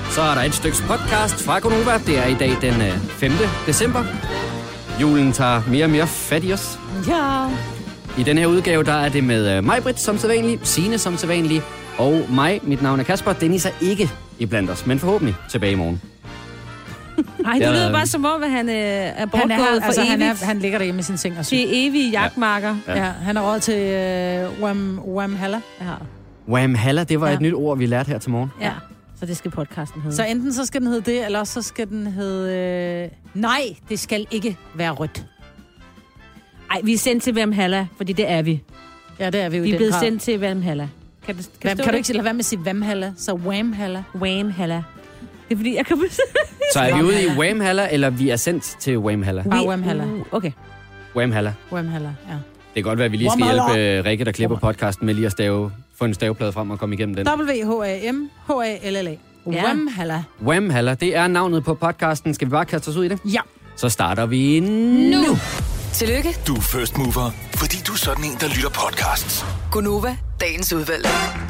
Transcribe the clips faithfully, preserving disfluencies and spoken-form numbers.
Så er der et stykke podcast fra Gonova. Det er i dag den femte december. Julen tager mere og mere fat i os. Ja. I den her udgave, der er det med Maj-Brit som sædvanlig, Signe som sædvanlig, og mig. Mit navn er Kasper. Dennis er ikke iblandt os, men forhåbentlig tilbage i morgen. Nej, det lyder bare som om, at han øh, er bortgået han er, for altså, evigt. Han, er, han ligger derhjemme i sin seng og syg. Det er evige jagtmarker. Ja. Ja, han er råd til øh, Wham, Wham Halla. Ja. Wham Halla, det var Ja. et nyt ord, vi lærte her til morgen. Ja, så det skal podcasten hedde. Så enten så skal den hedde det, eller så skal den hedde... Øh... Nej, det skal ikke være rødt. Ej, vi er sendt til Valhalla, fordi det er vi. Ja, det er vi jo Vi i er den blevet grad. sendt til Valhalla. Kan, det, kan, Kan, kan du ikke lade være med at sige Wham Halla? Så Wham Halla. Wham Halla. Det er fordi, jeg kan... Så er vi ude i Wham Halla, eller vi er sendt til Wham Halla? Bare Wham Halla. Uh, okay. Wham Halla. Wham Halla, ja. Det kan godt være, at vi lige skal Wham hjælpe Rikke, der klipper podcasten, med lige at stave, få en staveplade frem og komme igennem den. W H A M H A L L A. Ja. Wham Halla. Wham Halla, det er navnet på podcasten. Skal vi bare kaste os ud i det? Ja. Så starter vi nu. nu. Tillykke, Du er first mover, fordi du er sådan en, der lytter podcasts. Gonova, dagens udvalgte.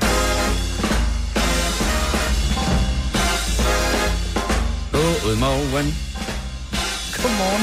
Godmorgen. Godmorgen.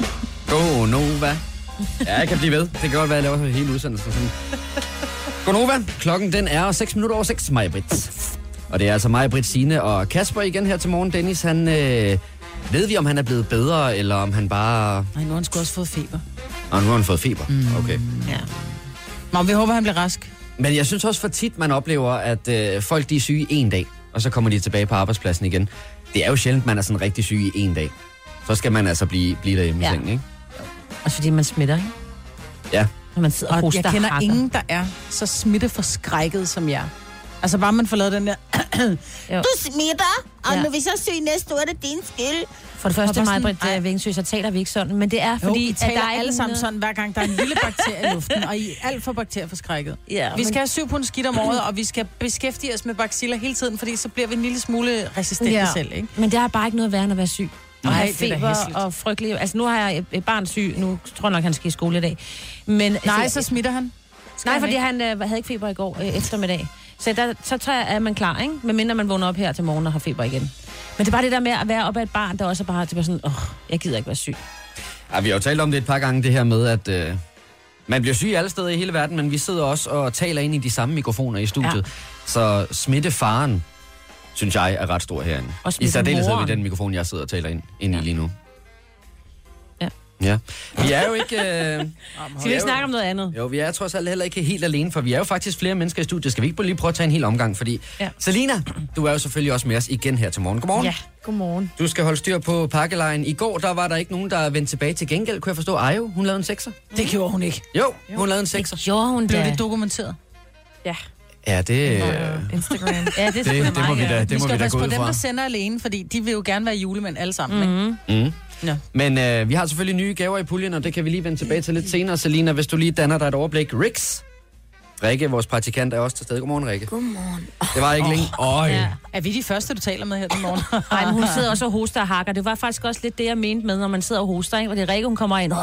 Gonova. Ja, jeg kan blive ved. Det kan godt være, at jeg laver hele udsendelsen sådan. Gonova. Klokken den er seks minutter over seks, Maj-Brit. Og det er altså Maj-Brit, Signe og Kasper igen her til morgen. Dennis, han... Øh, ved vi, om han er blevet bedre, eller om han bare... Nej, nu har han sgu også fået feber. Nå, nu har han fået feber. Okay. Ja. Men vi håber, han bliver rask. Men jeg synes også for tit, man oplever, at øh, folk de er syge en dag, og så kommer de tilbage på arbejdspladsen igen. Det er jo sjældent, man er sådan rigtig syg i en dag. Så skal man altså blive, blive derhjemme Ja. i sengen, ikke? Også fordi man smitter, ikke? Ja. Når man sidder og, Og hoster jeg kender hakker. ingen, der er så smitteforskrækket som jer. Altså bare man får lavet den der... Jo. smitter, og Ja. når vi så syg næste år, er det din skyld. For det første, Og bare sådan, Maj-Brit, ej. øh, Vingsø, så taler vi ikke sådan. Men det er Jo, fordi, I at taler der er ikke alle sammen noget- sådan, hver gang der er en lille bakterie i luften, og I er alt for bakterieforskrækket. Ja, Vi men- skal have syv pund skidt om året, og vi skal beskæftige os med baciller hele tiden, fordi så bliver vi en lille smule resistente Ja. selv, ikke? Men det er bare ikke noget værre end at være syg. Og Nej, have det er da feber hæsligt. og frygtelig... Altså, nu har jeg et- et barn syg. Nu tror jeg nok, han skal i skole i dag. Men, Nej, altså, så smitter han. Skal nej, han fordi ikke? han øh, havde ikke feber i går øh, eftermiddag. Så der, så tror jeg, at man klar, ikke? Medmindre man vågner op her til morgen og har feber igen. Men det er bare det der med at være op af et barn, der også er bare, det er bare sådan, åh, jeg gider ikke være syg. Ja, vi har jo talt om det et par gange, det her med, at øh, man bliver syg alle steder i hele verden, men vi sidder også og taler ind i de samme mikrofoner i studiet. Ja. Så smittefaren, synes jeg, er ret stor herinde. Og I særdeleshed smittemoren. ved den mikrofon, jeg sidder og taler ind, ind i lige nu. Ja. Ja. Vi er jo ikke... Øh, Skal vi ikke snakke om noget andet? Jo, vi er trods alt heller ikke helt alene, for vi er jo faktisk flere mennesker i studiet. Skal vi ikke lige prøve at tage en hel omgang? Fordi, Ja. Selina, du er jo selvfølgelig også med os igen her til morgen. Godmorgen. Ja, godmorgen. Du skal holde styr på pakkelejen. I går, der var der ikke nogen, der vendte tilbage til gengæld. Kunne jeg forstå, Ajo, hun lavede en sekser? Det gjorde hun ikke. Jo, hun lavede en sekser. Det gjorde hun Blev da. det dokumenteret? Ja, Ja, det... Øh, Instagram. Ja, det, det, det, det må vi da, det vi må skal vi da passe gå på ud dem, fra. der sender alene, fordi de vil jo gerne være julemænd alle sammen, mm-hmm. ikke? Mm. Ja. Men øh, vi har selvfølgelig nye gaver i puljen, og det kan vi lige vende tilbage til lidt senere. Selina, hvis du lige danner dig et overblik. Rix. Rikke, vores praktikant, er også til stede. Godmorgen, Rikke. Godmorgen. Det var ikke oh. længe. Øj. Ja. Er vi de første, du taler med her til morgen? Nej, men hun sidder også og hoster og hakker. Det var faktisk også lidt det, jeg mente med, når man sidder og hoster, ikke? Og det er Rikke, hun kommer ind.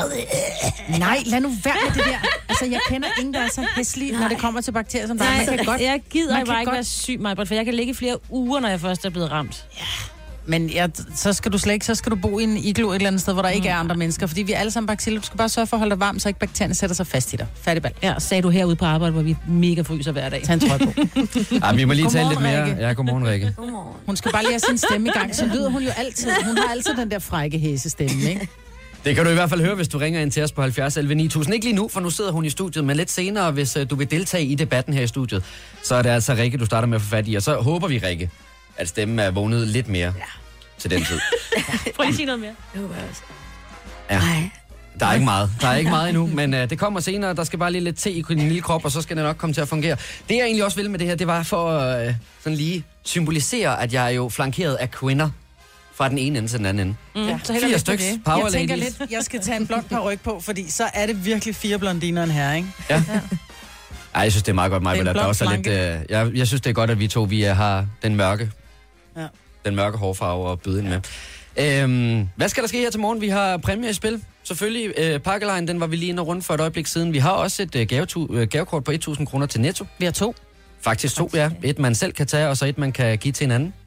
Nej, lad nu være med det der. Altså, jeg kender ingen, der er så hæslige, når det kommer til bakterier som dig. Nej, Man kan godt, jeg gider man bare kan ikke godt- være syg, Maj-Brit, for jeg kan ligge i flere uger, når jeg først er blevet ramt. Men ja, så skal du slet ikke, så skal du bo i en iglo et eller andet sted, hvor der ikke er andre mennesker. Fordi vi er alle sammen baciller. Du skal bare sørge for at holde dig varm, så ikke bakterierne sætter sig fast i dig. Færdig bal. Ja, sagde du herude på arbejde, hvor vi mega fryser hver dag. Tag en trøje på. Ej, vi må lige tale lidt Godmorgen, mere. Rikke. Ja, godmorgen, Rikke. Hun skal bare lige have sin stemme i gang. Så lyder hun jo altid. Hun har altid den der frække hæsestemme, ikke? Det kan du i hvert fald høre, hvis du ringer ind til os på halvfjerds elleve ni tusind. Ikke lige nu, for nu sidder hun i studiet, men lidt senere, hvis uh, du vil deltage i debatten her i studiet, så er det altså Rikke, du starter med at få fat i. Og så håber vi, Rikke, at stemmen er vågnet lidt mere ja. til den tid. Prøv lige at sige noget mere. Det håber jeg også. Ja. Der er ikke meget. Der er ikke meget endnu, men uh, det kommer senere. Der skal bare lige lidt te i din lille krop, og så skal det nok komme til at fungere. Det jeg egentlig også vil med det her, det var for at uh, sådan lige symbolisere, at jeg er jo flankeret af kvinder fra den ene ende til den anden ende. Mm. Ja. Så heller Fire ikke styks det. power Jeg tænker ladies. lidt, jeg skal tage en blond paryk på, fordi så er det virkelig fire blondiner en her, ikke? Ja. Ej, jeg synes, det er meget godt, mig, Det er en at der blond også er lidt... flanke. Øh, jeg, jeg synes, det er godt, at vi to vi er, har den mørke, Ja. den mørke hårfarve at byde ind med. Øhm, hvad skal der ske her til morgen? Vi har præmie i spil. Selvfølgelig, øh, pakkelejen, den var vi lige inde og rundt for et øjeblik siden. Vi har også et øh, gavetu, øh, gavekort på tusind kroner til Netto. Vi har to. Faktisk to, ja. Et, man selv kan tage, og så et, man kan give til en anden.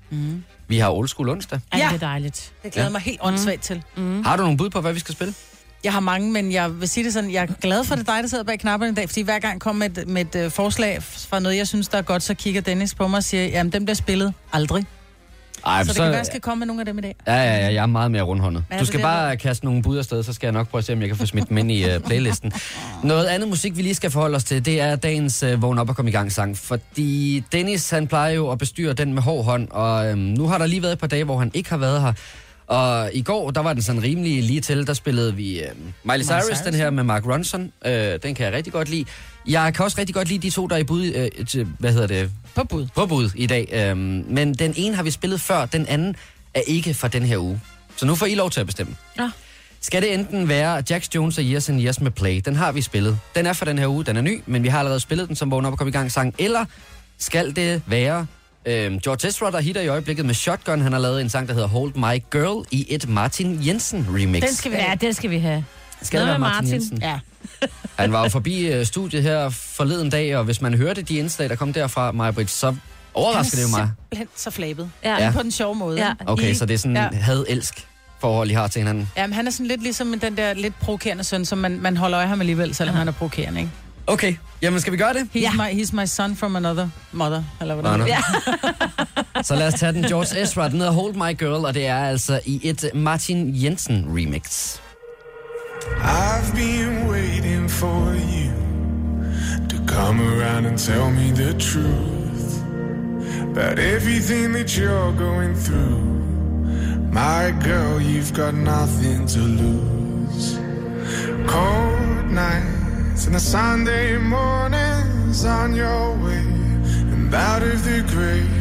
Mm. Vi har old school onsdag. Ej, Ja. det er dejligt. Det glæder Ja. mig helt åndssvagt til. Mm. Har du nogle bud på, hvad vi skal spille? Jeg har mange, men jeg vil sige det sådan, jeg er glad for, at det er dig, der sidder bag knapperne i dag, fordi hver gang jeg kommer med et, med et uh, forslag fra noget, jeg synes, der er godt, så kigger Dennis på mig og siger, jamen, dem bliver spillet aldrig. Ej, Så det kan være, at jeg skal komme med nogle af dem i dag. Ja, ja, ja, jeg er meget mere rundhåndet. Er Du du skal det, bare kaste nogle bud afsted, så skal jeg nok prøve at se, om jeg kan få smidt dem ind i uh, playlisten. Noget andet musik, vi lige skal forholde os til, det er dagens uh, Vågn op og kom i gang sang. Fordi Dennis, han plejer jo at bestyre den med hård hånd, og øhm, nu har der lige været et par dage, hvor han ikke har været her. Og i går, der var den sådan rimelig lige til, der spillede vi øh, Miley Cyrus, Cyrus, den her med Mark Ronson. Øh, den kan jeg rigtig godt lide. Jeg kan også rigtig godt lide de to, der er i bud, øh, til, hvad hedder det? På bud. På bud i dag. Øh, men den ene har vi spillet før, den anden er ikke fra den her uge. Så nu får I lov til at bestemme. Ja. Skal det enten være Jax Jones og Years and Years med Play? Den har vi spillet. Den er fra den her uge, den er ny, men vi har allerede spillet den, som Vågn op og kom i gang sang. Eller skal det være Øhm, George Ezra, der hitter i øjeblikket med Shotgun. Han har lavet en sang, der hedder Hold My Girl i et Martin Jensen remix. Den skal vi Ja, have. den skal vi have. Skal det Noget være med Martin, Martin. Jensen? Ja. Han var jo forbi uh, studiet her forleden dag, og hvis man hørte de indslag, der kom derfra, Maj-Brit, så overrasker det jo mig. simpelthen så flabet. Ja. Ja. På den sjove måde. Ja. Okay, så det er sådan Ja. ja. had-elsk forhold, I har til hinanden. Jamen, han er sådan lidt ligesom den der lidt provokerende søn, som man, man holder øje ham alligevel, selvom han er provokerende, ikke? Okay, jamen skal vi gøre det? He's, Ja. my, he's my son from another mother, eller hvad Nå, nå. det Ja. Så lad os tage den. George Ezra, den hedder Hold My Girl, og det er altså i et Martin Jensen remix. I've been waiting for you to come around and tell me the truth about everything that you're going through. My girl, you've got nothing to lose. Cold nights and the Sunday mornings on your way and out of the grave.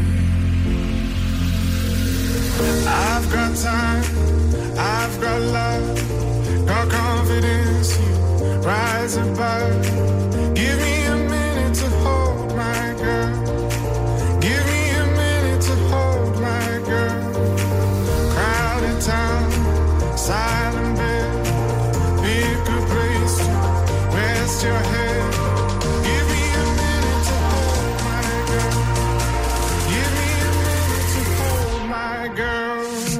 I've got time, I've got love, got confidence, you rise above. Give me a minute to hold my girl. Give me a minute to hold my girl. Crowded town, silent bed, be a good place to rest your head. Give me a minute to hold my girl. Give me a minute to hold my girl.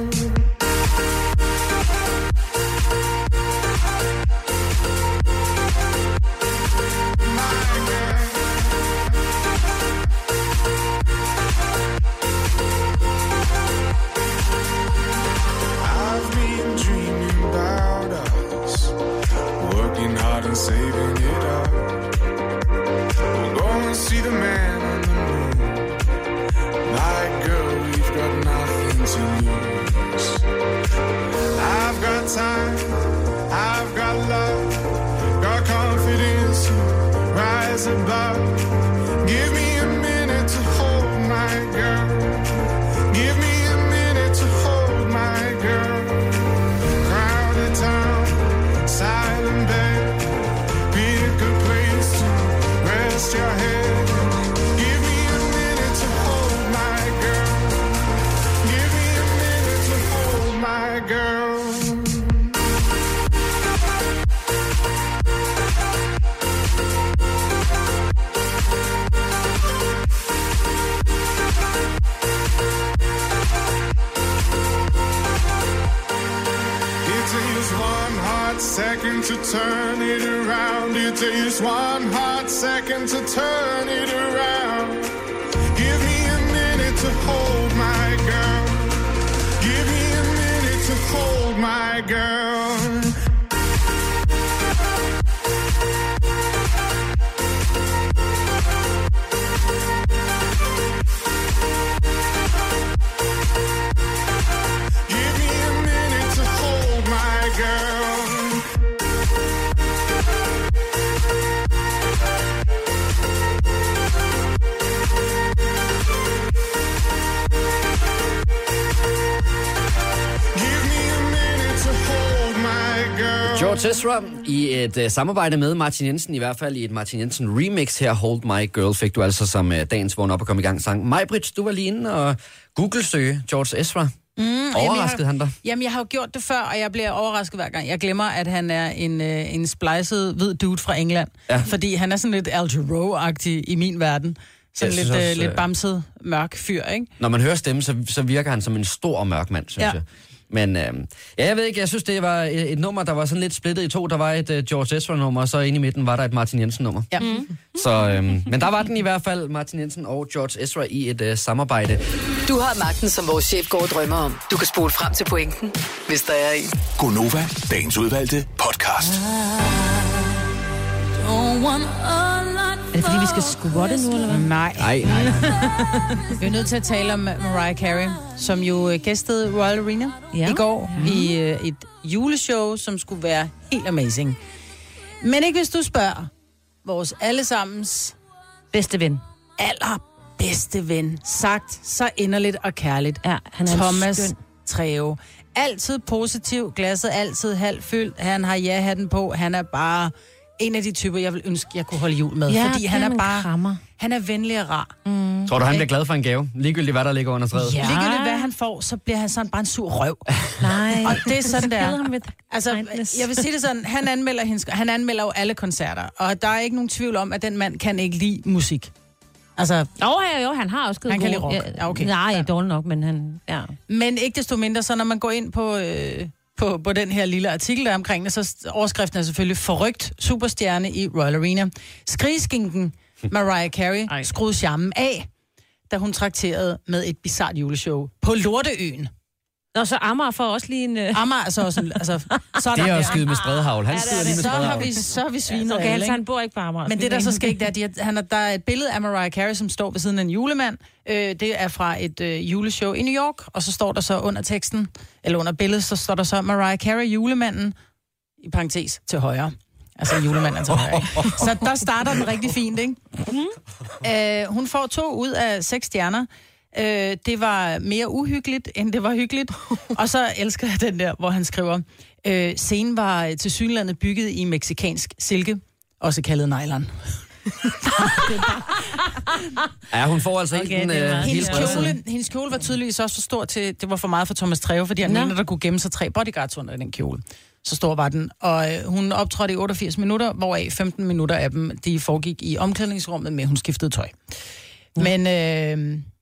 I've been dreaming about us, working hard and saving it up. We'll go and see the man on the moon. My girl, we've got nothing to lose. I've got time, I've got love, got confidence, rise above. Give me a minute to hold my girl. Give me a minute to hold my girl. Crowded town, silent bed, be a good place to rest your head. Give me a minute to hold my girl. Give me a minute to hold my girl. It takes one hot second to turn it around. It takes one hot second to turn it around. Give me a minute to hold my girl. Give me a minute to hold my girl. Give me a minute to hold my girl. Give me a minute to hold my girl. George Ezra i et uh, samarbejde med Martin Jensen, i hvert fald i et Martin Jensen remix her, Hold My Girl, fik du altså som uh, dagens vågn op og kom i gang sang. Maj-Brit, du var lige inde og Google-søge George Ezra. Mm, Overraskede han dig? Jamen, jeg har jo gjort det før, og jeg bliver overrasket hver gang. Jeg glemmer, at han er en, øh, en spliced hvid dude fra England. Ja. Fordi han er sådan lidt Al Jarreau-agtig i min verden. Sådan lidt, også, øh, lidt bamset, mørk fyr, ikke? Når man hører stemme, så, så virker han som en stor og mørk mand, synes Ja. jeg. Men øh, ja, jeg ved ikke, jeg synes, det var et, et nummer, der var sådan lidt splittet i to. Der var et uh, George Ezra-nummer, og så inde i midten var der et Martin Jensen-nummer. Ja. Mm. Så, øh, men der var den i hvert fald, Martin Jensen og George Ezra, i et uh, samarbejde. Du har magten, som vores chef går og drømmer om. Du kan spole frem til pointen, hvis der er en. Gonova, dagens udvalgte podcast. Er det fordi, vi skal squatte nu, eller hvad? Nej. Nej, nej. Vi er nødt til at tale om Mariah Carey, som jo gæstede Royal Arena Ja. i går mm. i øh, et juleshow, som skulle være helt amazing. Men ikke hvis du spørger vores allesammens Bedste ven. allerbedste ven, sagt så inderligt og kærligt, Ja, han er Thomas skøn. Treve. Altid positiv, glasset altid halvt fyldt, han har ja-hatten på, han er bare en af de typer, jeg vil ønske, jeg kunne holde jul med, Ja, fordi han giv er ham en bare, krammer. han er venlig og rar. Mm. Tror du, han bliver glad for en gave? Ligegyldigt, hvad der ligger under træet? Ja. Ligegyldigt hvad han får, så bliver han sådan bare en sur røv. Nej. Og det er sådan, der. Ham med Altså, kindness. jeg vil sige det sådan, han anmelder, hendes, han anmelder jo alle koncerter, og der er ikke nogen tvivl om, at den mand kan ikke lide musik. Altså, Jo, ja, jo, han har også skrevet Han kan gode- lide rock. Ja, okay. Nej, Ja. dårligt nok, men han... Ja. men ikke desto mindre, så når man går ind på, øh, på, på den her lille artikel, der er omkring det, så overskriften er selvfølgelig forrygt superstjerne i Royal Arena. Skrigeskinken Mariah Carey Ej. skruede charmen af, da hun trakterede med et bizart juleshow på Lorteøen. Nå, så Amager får også lige en... Uh... Amager er så også, altså, så er Det er der, jo skyde med spredhavl. Han Ja, det er skyder lige med så har spredhavl. vi, så har vi svinet Okay, alle, altså, ikke? han bor ikke på Amager. Men det, der så skal ikke, det er, de, han er, der er et billede af Mariah Carey, som står ved siden af en julemand. Øh, det er fra et øh, juleshow i New York, og så står der så under teksten, eller under billedet, så står der så Mariah Carey, julemanden, i parentes, til højre. Altså julemanden til højre. Ikke? Så der starter den rigtig fint, ikke? Mm. Øh, hun får to ud af seks stjerner. Øh, det var mere uhyggeligt, end det var hyggeligt. Og så elsker jeg den der, hvor han skriver, øh, scenen var til synlandet bygget i meksikansk silke, også kaldet nylon. Ja, hun får altså ikke Okay, den det er øh, meget hele Hendes bredsiden. kjole, hendes kjole var tydeligvis også for stor til, det var for meget for Thomas Treve, fordi han Nå. mente, der kunne gemme sig tre bodyguards under den kjole. Så stor var den. Og øh, hun optrådte i otteogfirs minutter, hvoraf femten minutter af dem, de foregik i omklædningsrummet med, hun skiftede tøj. Men, øh, ja.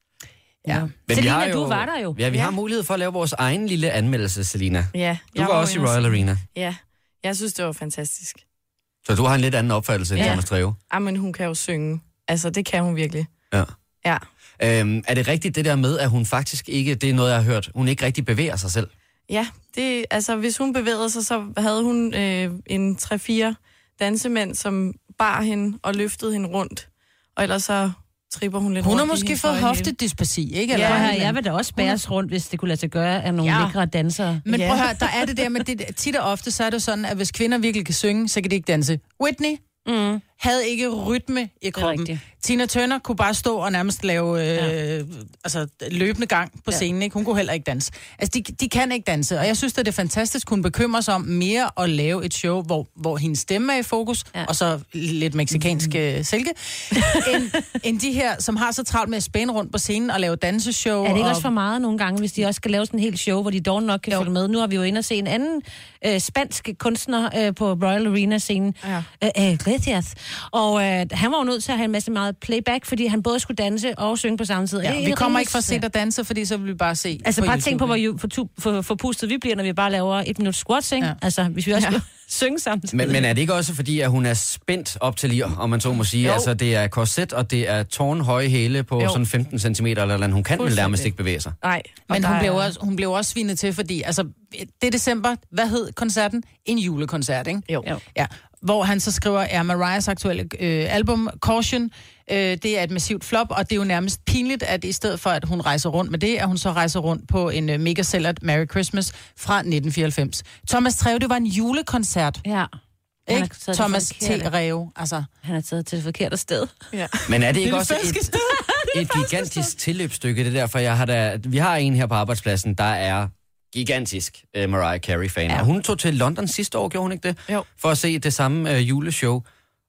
Men vi Selina, har jo, du var der jo. Ja, vi Ja. har mulighed for at lave vores egen lille anmeldelse, Selina. Ja, Du var også i inde og Royal se- Arena, Ja, jeg synes, det var fantastisk. så du har en lidt anden opfattelse end Ja. Thomas Treve. Jamen, hun kan jo synge. Altså, det kan hun virkelig. Ja. Ja. Øhm, er det rigtigt det der med, at hun faktisk ikke, det er noget, jeg har hørt, hun ikke rigtig bevæger sig selv? Ja, det, altså, hvis hun bevægede sig, så havde hun øh, en tre-fire dansemænd, som bar hende og løftede hende rundt. Og ellers så tripper hun lidt Hun har rundt i måske hendes fået øjne. hoftedyspasi, ikke? Ja, Eller, jeg, jeg vil da også bæres rundt, hvis det kunne lade sig gøre af nogle Ja. ja. lækre dansere. Men Ja. prøv at høre, der er det der med, det, tit og ofte, så er det sådan, at hvis kvinder virkelig kan synge, så kan de ikke danse. Whitney Mm. havde ikke rytme i kroppen. rigtigt. Tina Turner kunne bare stå og nærmest lave øh, ja. altså, løbende gang på scenen. Ikke? Hun kunne heller ikke danse. Altså, de, de kan ikke danse, og jeg synes, at det er fantastisk, hun bekymrer sig om mere at lave et show, hvor, hvor hendes stemme er i fokus, ja. Ja. og så lidt meksikansk mm. silke, end, end de her, som har så travlt med at spænde rundt på scenen og lave danseshow. Er det ikke og... også for meget nogle gange, hvis de også skal lave sådan en helt show, hvor de dog nok kan Jo. følge med? Nu har vi jo inde og se en anden øh, spansk kunstner øh, på Royal Arena-scenen, Ja. øh, øh, Glesias. Og øh, han var jo nødt til at have en masse meget playback, fordi han både skulle danse og synge på samme tid. Ja, Det er vi kommer rimelig ikke for at se svært. dig danse, fordi så vil vi bare se Altså bare YouTube, tænk på, hvor ikke? ju- for, tu- for, for pustet vi bliver, når vi bare laver et minut squats, ikke? Ja. Ja. Altså, hvis vi også ja. synge samtidig. Men, men er det ikke også fordi, at hun er spændt op til lir, om man så må sige? Jo. Altså, det er korset, og det er tårnhøje hæle på Jo. sådan femten centimeter eller andet. Hun kan vel Fuldstændig. nærmest ikke bevæge sig. Nej. og Men der hun er- blev, også, hun blev også svinet til, fordi altså, det er december. Hvad hed koncerten? En julekoncert, ikke? Jo. Jo. Ja, hvor han så skriver, er Mariahs aktuelle øh, album Caution, øh, det er et massivt flop, og det er jo nærmest pinligt, at i stedet for, at hun rejser rundt med det, at hun så rejser rundt på en øh, mega sælgert Merry Christmas fra nitten fireoghalvfems. Thomas Treve, det var en julekoncert, Ja. Han ikke? har taget Thomas det T. forkerte- Reve, altså. Han er taget til det forkerte sted. Ja. Men er det ikke Det er også det falske et, sted. et gigantisk tilløbsstykke, det der? For jeg har da, vi har en her på arbejdspladsen, der er gigantisk uh, Mariah Carey-fan. Ja. Og hun tog til London sidste år, gjorde hun ikke det? Jo. For at se det samme uh, juleshow.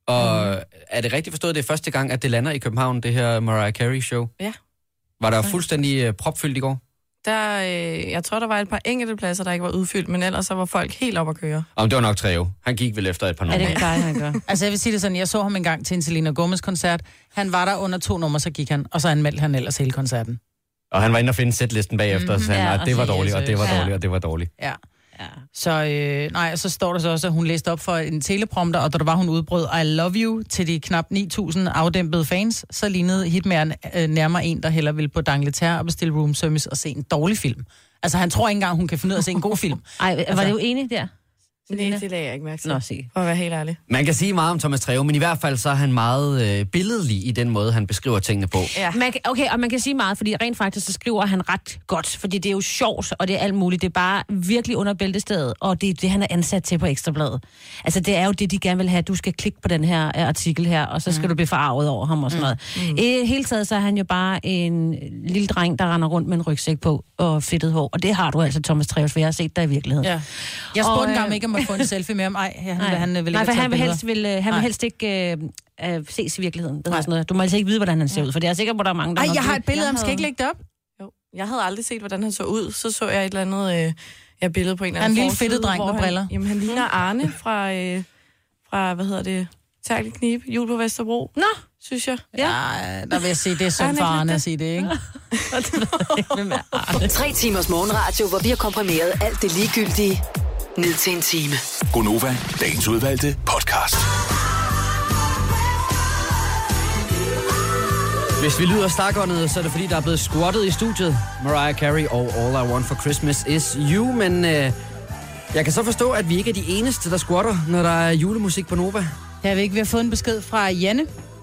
Og mm. er det rigtigt forstået, det er første gang, at det lander i København, det her Mariah Carey-show? Ja. Var der fuldstændig uh, propfyldt i går? der, øh, jeg tror, der var et par enkelte pladser, der ikke var udfyldt, men ellers så var folk helt op at køre. Om det var nok Treo. Han gik vel efter et par numre. Er det ikke dig, han gør? Altså, jeg vil sige det sådan, jeg så ham engang til en Selena Gomez-koncert. Han var der under to numre, så gik han, og så anmeldte han ellers hele koncerten. Og han var inde og finde sætlisten bagefter, mm-hmm. så han, Ja, ja, og det var så- dårligt, og det var Ja. dårligt, og det var dårligt. Ja. Ja. Så, øh, nej, så står der så også, at hun læste op for en teleprompter, og da der var, hun udbrød I love you til de knap ni tusind afdæmpede fans, så lignede Hitman øh, nærmere en, der hellere vil på D'Angleterre og bestille room service og se en dårlig film. Altså, han tror ikke engang, hun kan finde ud af at se en god film. Ej, var Altså- det jo enig der? Nej, det lagde jeg ikke mærke til. Nå, sig. For at være helt ærlig. Man kan sige meget om Thomas Treve, men i hvert fald så er han meget øh, billedlig i den måde, han beskriver tingene på. Ja. Man, kan- okay, og man kan sige meget, fordi rent faktisk, så skriver han ret godt, fordi det er jo sjovt, og det er alt muligt. Det er bare virkelig under bæltestedet, og det er det, han er ansat til på Ekstrabladet. Altså, det er jo det, de gerne vil have. Du skal klikke på den her uh, artikel her, og så skal mm. du blive forarvet over ham og sådan noget. Mm. I hele taget, så er han jo bare en lille dreng, der render rundt med en rygsæk på og fedtet hår. Og det har du altså, Thomas Treve, for jeg har set dig i virkeligheden. Ja. Jeg spurgte Og, en gang, om øh, ikke om at få en selfie med ham. Ej, han, Nej, han vil ikke Nej, for have han vil taget helst, vil, øh, han vil Nej. helst ikke øh, øh, ses i virkeligheden. Det sådan noget. Du må altså ikke vide, hvordan han ser ud, for det er sikkert, hvor der er mange, der Ej, nok jeg har ved- et billede af ham. Jeg Skal jeg ikke havde- lægge det op? Jo. Jeg havde aldrig set, hvordan han så ud. Så så jeg et eller andet øh, ja, billede på en eller Han er en anden lille forside, fedtet dreng hvor med han- briller. Jamen, han ligner Arne fra, øh, fra hvad hedder det, Tærkel Knib, Jul på Vesterbro. Nå, Synes jeg. Ja, der vil jeg sige, det er synd for Arne at sige det, ikke? hvem er Arne? Tre timers morgenradio, hvor vi har komprimeret alt det ligegyldige ned til en time. Gonova, dagens udvalgte podcast. Hvis vi lyder stakåndet, så er det fordi, der er blevet squattet i studiet. Mariah Carey og All I Want for Christmas is You, men øh, jeg kan så forstå, at vi ikke er de eneste, der squatter, når der er julemusik på Nova. Jeg ved ikke, vi har fået en besked fra Janne,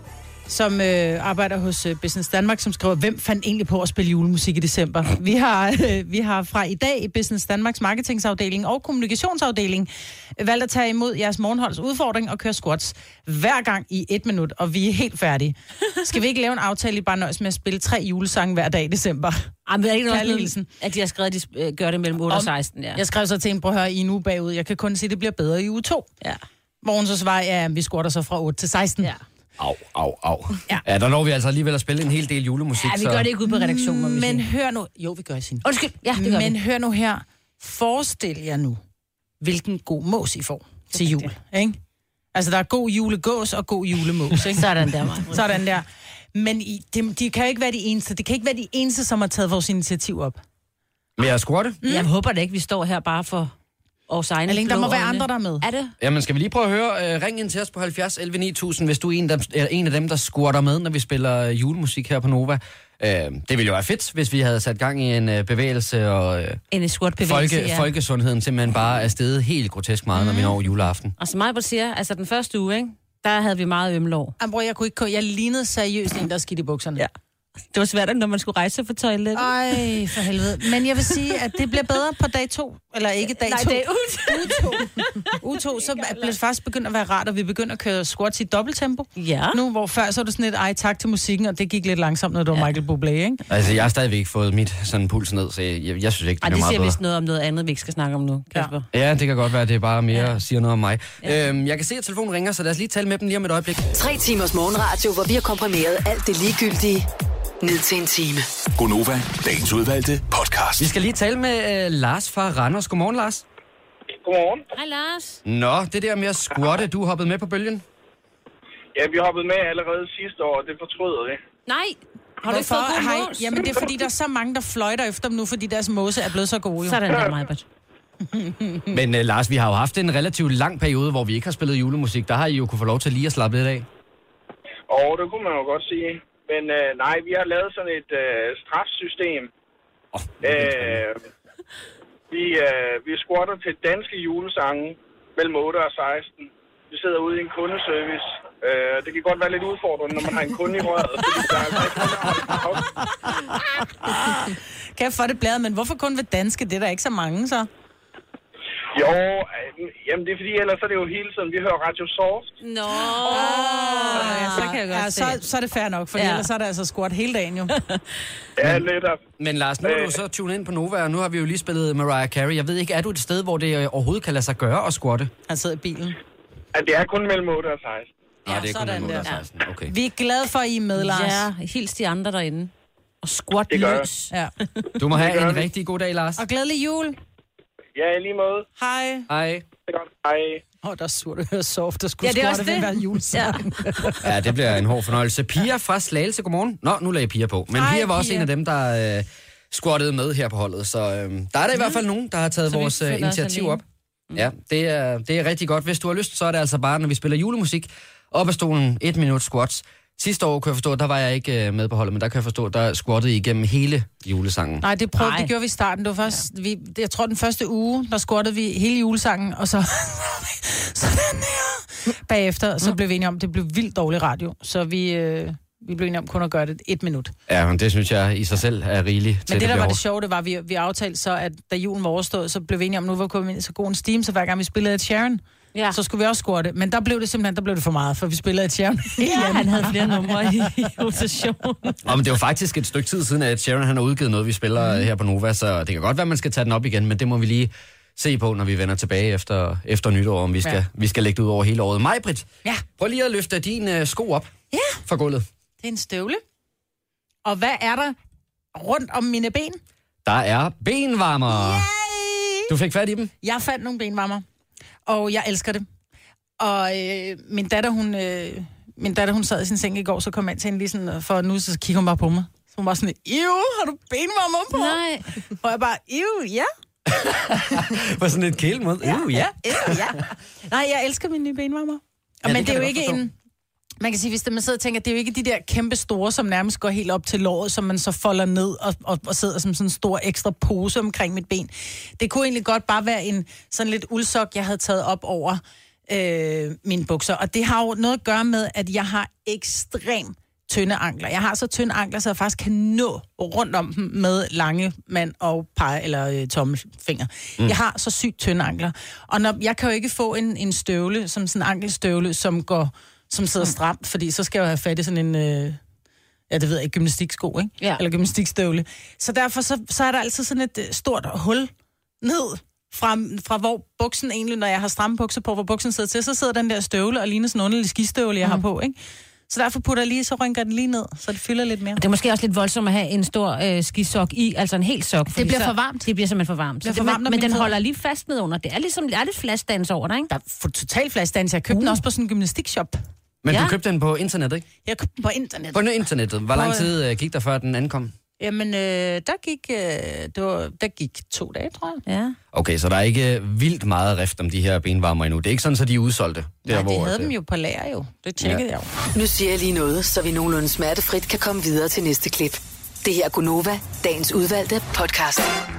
som øh, arbejder hos øh, Business Danmark, som skriver, hvem fandt egentlig på at spille julemusik i december? Vi har, øh, vi har fra i dag i Business Danmarks marketingsafdeling og kommunikationsafdeling øh, valgt at tage imod jeres morgenholds udfordring og køre squats hver gang i et minut, og vi er helt færdige. Skal vi ikke lave en aftale, I bare nøjes med at spille tre julesange hver dag i december? Ej, men er ikke Kærlig noget, hilsen. at de har skrevet, at de øh, gør det mellem otte og seksten, ja. Jeg skrev så til en, prøv at høre, I er nu bagud. Jeg kan kun sige, at det bliver bedre i uge to. Ja. Hvor hun så svarer, ja, vi squatter så fra otte til seksten. Ja. Au, au, au. Ja. Ja, der når vi altså alligevel at spille en hel del julemusik. Ja, vi så... gør det ikke ude på redaktionen, må vi Men sige. hør nu... Jo, vi gør sin. Undskyld, ja, det gør Men vi. hør nu her. Forestil jer nu, hvilken god mås I får til jul, ikke? Altså, der er god julegås og god julemås, ikke? Sådan der, Maja. Sådan der. Men I, de, de kan jo ikke være de eneste. Det kan ikke være de eneste, som har taget vores initiativ op. Med at squatte? Mm. Jeg håber da ikke, vi står her bare for vores egne Alene, der blå må være øjne. andre, der er med. Er det? Jamen, skal vi lige prøve at høre? Uh, ring ind til os på halvfjerds elleve ni tusind, hvis du er en, der, er en af dem, der squatter med, når vi spiller julemusik her på Nova. Uh, det ville jo være fedt, hvis vi havde sat gang i en uh, bevægelse, og uh, En squat-bevægelse, folke, ja. folkesundheden simpelthen bare er steget helt grotesk meget, mm. når vi når juleaften. Og som Maja siger, altså den første uge, ikke? Der havde vi meget ømlår. Jamen, bror, jeg kunne ikke... Jeg lignede seriøst en, der er skidt i bukserne. Ja. Det var svært, når man skulle rejse sig fra toilettet. Ej, for helvede. Men jeg vil sige, at det bliver bedre på dag to. Eller ikke dag Nej, to. det er uge uge to. Uge to, så bliver det faktisk begyndt at være rart, og vi begynder at køre squats i dobbelttempo. Ja. Nu, hvor før så er du sådan et ej tak til musikken, og det gik lidt langsomt, når det var Ja. Michael Bublé, ikke? Altså, jeg har stadigvæk ikke fået mit sådan puls ned, så jeg, jeg, jeg synes ikke, det Ej, er det meget siger bedre. vist noget om noget andet, vi ikke skal snakke om nu, Kasper. Ja, det kan godt være, at det er bare mere ja. siger noget om mig. Ja. Øhm, jeg kan se, at telefonen ringer, så lad os lige tale med dem lige om et øjeblik. Tre timers morgenradio, hvor vi har komprimeret alt det ligegyldige ned til en time. Gonova, dagens udvalgte podcast. Vi skal lige tale med øh, Lars fra Randers. Godmorgen, Lars. Godmorgen. Hej, Lars. Nå, det der med at squatte, du er hoppet med på bølgen? Ja, vi hoppede med allerede sidste år, og det fortryder vi. Nej, har du ikke fået god Hej. mås? Jamen, det er fordi, der er så mange, der fløjter efter dem nu, fordi deres måse er blevet så gode. Jo. Sådan der, Majbert. Men uh, Lars, vi har jo haft en relativt lang periode, hvor vi ikke har spillet julemusik. Der har I jo kunne få lov til lige at slappe lidt af. Og det kunne man jo godt sige. Men øh, nej, vi har lavet sådan et øh, strafsystem. Oh, Øh, vi, øh, vi squatter til danske julesange mellem otte og seksten. Vi sidder ude i en kundeservice. Øh, det kan godt være lidt udfordrende, når man har en kunde i røret. Fordi der er altså ikke nogen, Kan jeg få det bladet, men hvorfor kun ved danske? Det er der ikke så mange, så. Jo, øh, jamen det er fordi, ellers er det jo hele tiden. Vi hører Radio Soft. Nå, oh, ja, så kan jeg godt ja, se. så, så er det fair nok, for Ja. ja. ellers er der altså squat hele dagen, jo. Ja, netop. Men Lars, nu er du så tunet ind på Nova, og nu har vi jo lige spillet Mariah Carey. Jeg ved ikke, er du et sted, hvor det øh, overhovedet kan lade sig gøre at squatte? Han sidder i bilen. Ja, det er kun mellem otte og seksten. Ja, det er kun sådan mellem otte og der. seksten. Okay. Vi er glade for, at I er med, Lars. Ja, hils de andre derinde. Og squat Det gør jeg. løs. Ja. Du må Det have gør en vi. rigtig god dag, Lars. Og glædelig jul. Ja, i lige måde. Hej. Hej. Det er godt. Hej. Åh, oh, der er surt at høre soft. Der skulle Ja, det er squatte også ved det. hver julesang. Ja. Ja, det bliver en hård fornøjelse. Pia fra Slagelse, godmorgen. Nå, nu lagde jeg Pia på. Men Hej, Pia var også Pia. en af dem, der øh, squattede med her på holdet. Så øh, der er der i hvert fald nogen, der har taget Så vi vores øh, føler os initiativ alene. op. Ja, det er, det er rigtig godt. Hvis du har lyst, så er det altså bare, når vi spiller julemusik, op ad stolen, et minut squats. Sidste år, kunne jeg forstå, der var jeg ikke øh, med på holdet, men der kan jeg forstå, der squattede I igennem hele julesangen. Nej, det prøvede, Nej. det gjorde vi i starten. Det var først, ja. vi, jeg tror, den første uge, der squattede vi hele julesangen, og så, så den her bagefter, så blev vi enige om, det blev vildt dårlig radio. Så vi, øh, vi blev enige om kun at gøre det et minut. Ja, men det synes jeg i sig selv er rigeligt til Men det, der bliver var det hårdt. sjove, det var, at vi, vi aftalte så, at da julen var overstået, så blev vi enige om, nu var kommet ind i så god en steam, så hver gang vi spillede et Sharon, Ja. så skulle vi også squatte. Men der blev det simpelthen, der blev det for meget, for vi spillede et Sharon. Ja, han havde flere numre i rotation. Og men det er jo faktisk et stykke tid siden, at Sharon han har udgivet noget, vi spiller mm. her på Nova, så det kan godt være, at man skal tage den op igen, men det må vi lige se på, når vi vender tilbage efter, efter nytår, om vi skal, Ja. vi skal lægge det ud over hele året. Maj-Brit, Ja. prøv lige at løfte din uh, sko op Ja. fra gulvet. Det er en støvle. Og hvad er der rundt om mine ben? Der er benvarmere. Yay! Du fik fat i dem? Jeg fandt nogle benvarmer, og jeg elsker det. Og øh, min datter, hun, øh, min datter, hun sad i sin seng i går, så kom jeg til hende lige sådan, for nu så kigger hun bare på mig. Så hun var sådan, iu, har du benvarmer på? Nej. Og jeg bare, iu, ja. For sådan et kælemod. Ja, uh, ja. Ja, ja. Nej, jeg elsker mine nye benvarmer. Og Ja, ja, det men det, kan er jo jeg ikke godt forstå. en... Man kan sige, hvis man sidder og tænker, det er jo ikke de der kæmpe store, som nærmest går helt op til låret, som man så folder ned og, og, og sidder som sådan en stor ekstra pose omkring mit ben. Det kunne egentlig godt bare være en sådan lidt uldsok, jeg havde taget op over øh, mine bukser. Og det har jo noget at gøre med, at jeg har ekstremt tynde ankler. Jeg har så tynde ankler, så jeg faktisk kan nå rundt om dem med lange mand og pege eller øh, tommelfinger. Mm. Jeg har så sygt tynde ankler. Og når, jeg kan jo ikke få en, en støvle, som sådan en ankelstøvle, som går som sidder stramt, fordi så skal jeg jo have fat i sådan en, øh, ja, det ved jeg ikke, gymnastiksko, ikke? Ja. Eller gymnastikstøvle. Så derfor så, så er der altid sådan et øh, stort hul ned fra, fra hvor buksen egentlig, når jeg har stramme bukser på, hvor buksen sidder til, så sidder den der støvle og ligner sådan en underlig skistøvle, jeg mm. har på, ikke? Så derfor putter jeg lige, så rynker den lige ned, så det fylder lidt mere. Det er måske også lidt voldsomt at have en stor øh, skisok i, altså en helt sok. fordi bliver så- for varmt. Det bliver simpelthen for varmt. Så Bliver det, for men, varmt, når men mine den fødder- holder lige fast nedunder. Det er ligesom, der er lidt flashdans over der, ikke? Der er totalt flashdans. Jeg købte uh. den også på sådan en gymnastikshop. Men ja. Ja. du købte den på internettet, ikke? Jeg købte den på internet. På internettet. Hvor lang tid uh, gik der, før den ankom? Jamen, øh, der gik, øh, det var, der gik to dage, tror jeg. Ja. Okay, så der er ikke vildt meget rift om de her benvarmer endnu. Det er ikke sådan, at de er udsolgte. Nej, de havde at, dem jo på lager jo. Det tjekkede Ja. ja. jeg jo. Nu siger jeg lige noget, så vi nogenlunde smertefrit kan komme videre til næste klip. Det her er Gunova, dagens udvalgte podcast.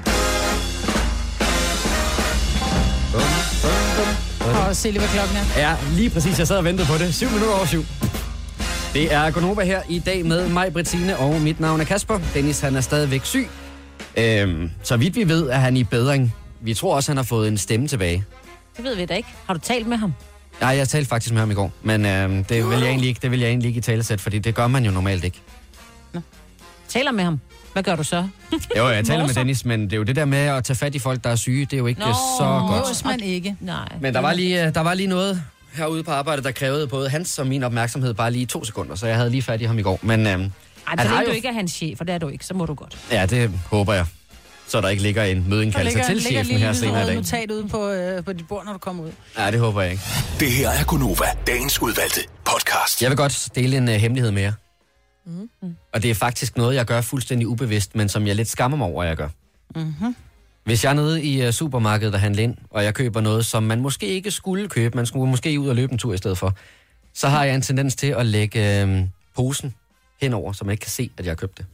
Og se lige, hvad klokken er. Ja, lige præcis. Jeg sad og ventede på det. Syv minutter over syv. Det er Gonova her i dag med mig, Brittine, og mit navn er Kasper. Dennis, han er stadigvæk syg. Øhm, så vidt vi ved, er han i bedring. Vi tror også, han har fået en stemme tilbage. Det ved vi da ikke. Har du talt med ham? Nej, jeg talte faktisk med ham i går, men øhm, det, vil jeg egentlig ikke, det vil jeg egentlig ikke i talesæt, fordi det gør man jo normalt ikke. Taler med ham. Hvad gør du så? Jo, jeg taler med Morser. Dennis, men det er jo det der med at tage fat i folk, der er syge, det er jo ikke Nå. så godt. Mås man ikke. Nej. Men der var lige, der var lige noget herude på arbejdet, der krævede både hans og min opmærksomhed bare lige to sekunder, så jeg havde lige fat i ham i går. Men øhm, Ej, han så har længe jo- du ikke er hans chef, for det er du ikke, så må du godt. ja, det håber jeg. Så der ikke ligger en Der mødeindkaldelse ligger, til ligger chefen lige her et senere i dag. notat ude på, øh, på dit bord, når du kommer ud. Ja, det håber jeg ikke. Det her er Gunova, dagens udvalgte podcast. Jeg vil godt dele en uh, hemmelighed med jer. Mm. Og det er faktisk noget, jeg gør fuldstændig ubevidst, men som jeg lidt skammer mig over, at jeg gør. Mm-hmm. Hvis jeg er nede i uh, supermarkedet og handler ind, og jeg køber noget, som man måske ikke skulle købe, man skulle måske ud og løbe en tur i stedet for, så har jeg en tendens til at lægge øh, posen henover, så man ikke kan se, at jeg har købt det.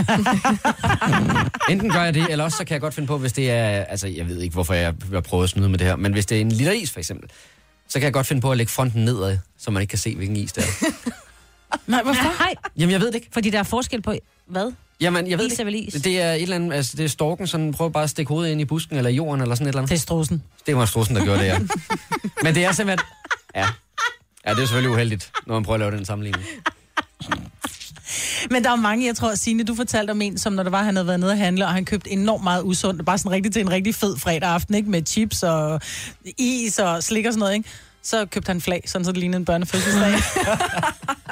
Enten gør jeg det, eller også så kan jeg godt finde på, hvis det er, altså jeg ved ikke, hvorfor jeg vil prøve at snyde med det her, men hvis det er en liter is for eksempel, så kan jeg godt finde på at lægge fronten nedad, så man ikke kan se, hvilken is det er. Nej, hvorfor? Nej, Jamen jeg ved det ikke. fordi der er forskel på, hvad? Jamen jeg ved Is det er vel ikke. is. Det er et eller andet, altså det er storken, sådan prøver bare at stikke hovedet ind i busken eller i jorden eller sådan et eller andet. Det er strusen. Det var strussen, der gjorde det, ja. Men det er simpelthen, ja. Ja, det er selvfølgelig uheldigt, når man prøver at lave den sammenligning. Men der er mange, jeg tror, Signe, du fortalte om en, som når det var, han havde været nede og handle, og han købte enormt meget usundt, bare sådan rigtig til en rigtig fed fredag aften, ikke? Med chips og is og slik og sådan noget, ikke? Så købte han flag, sådan så det lignede en børnefødselsdag.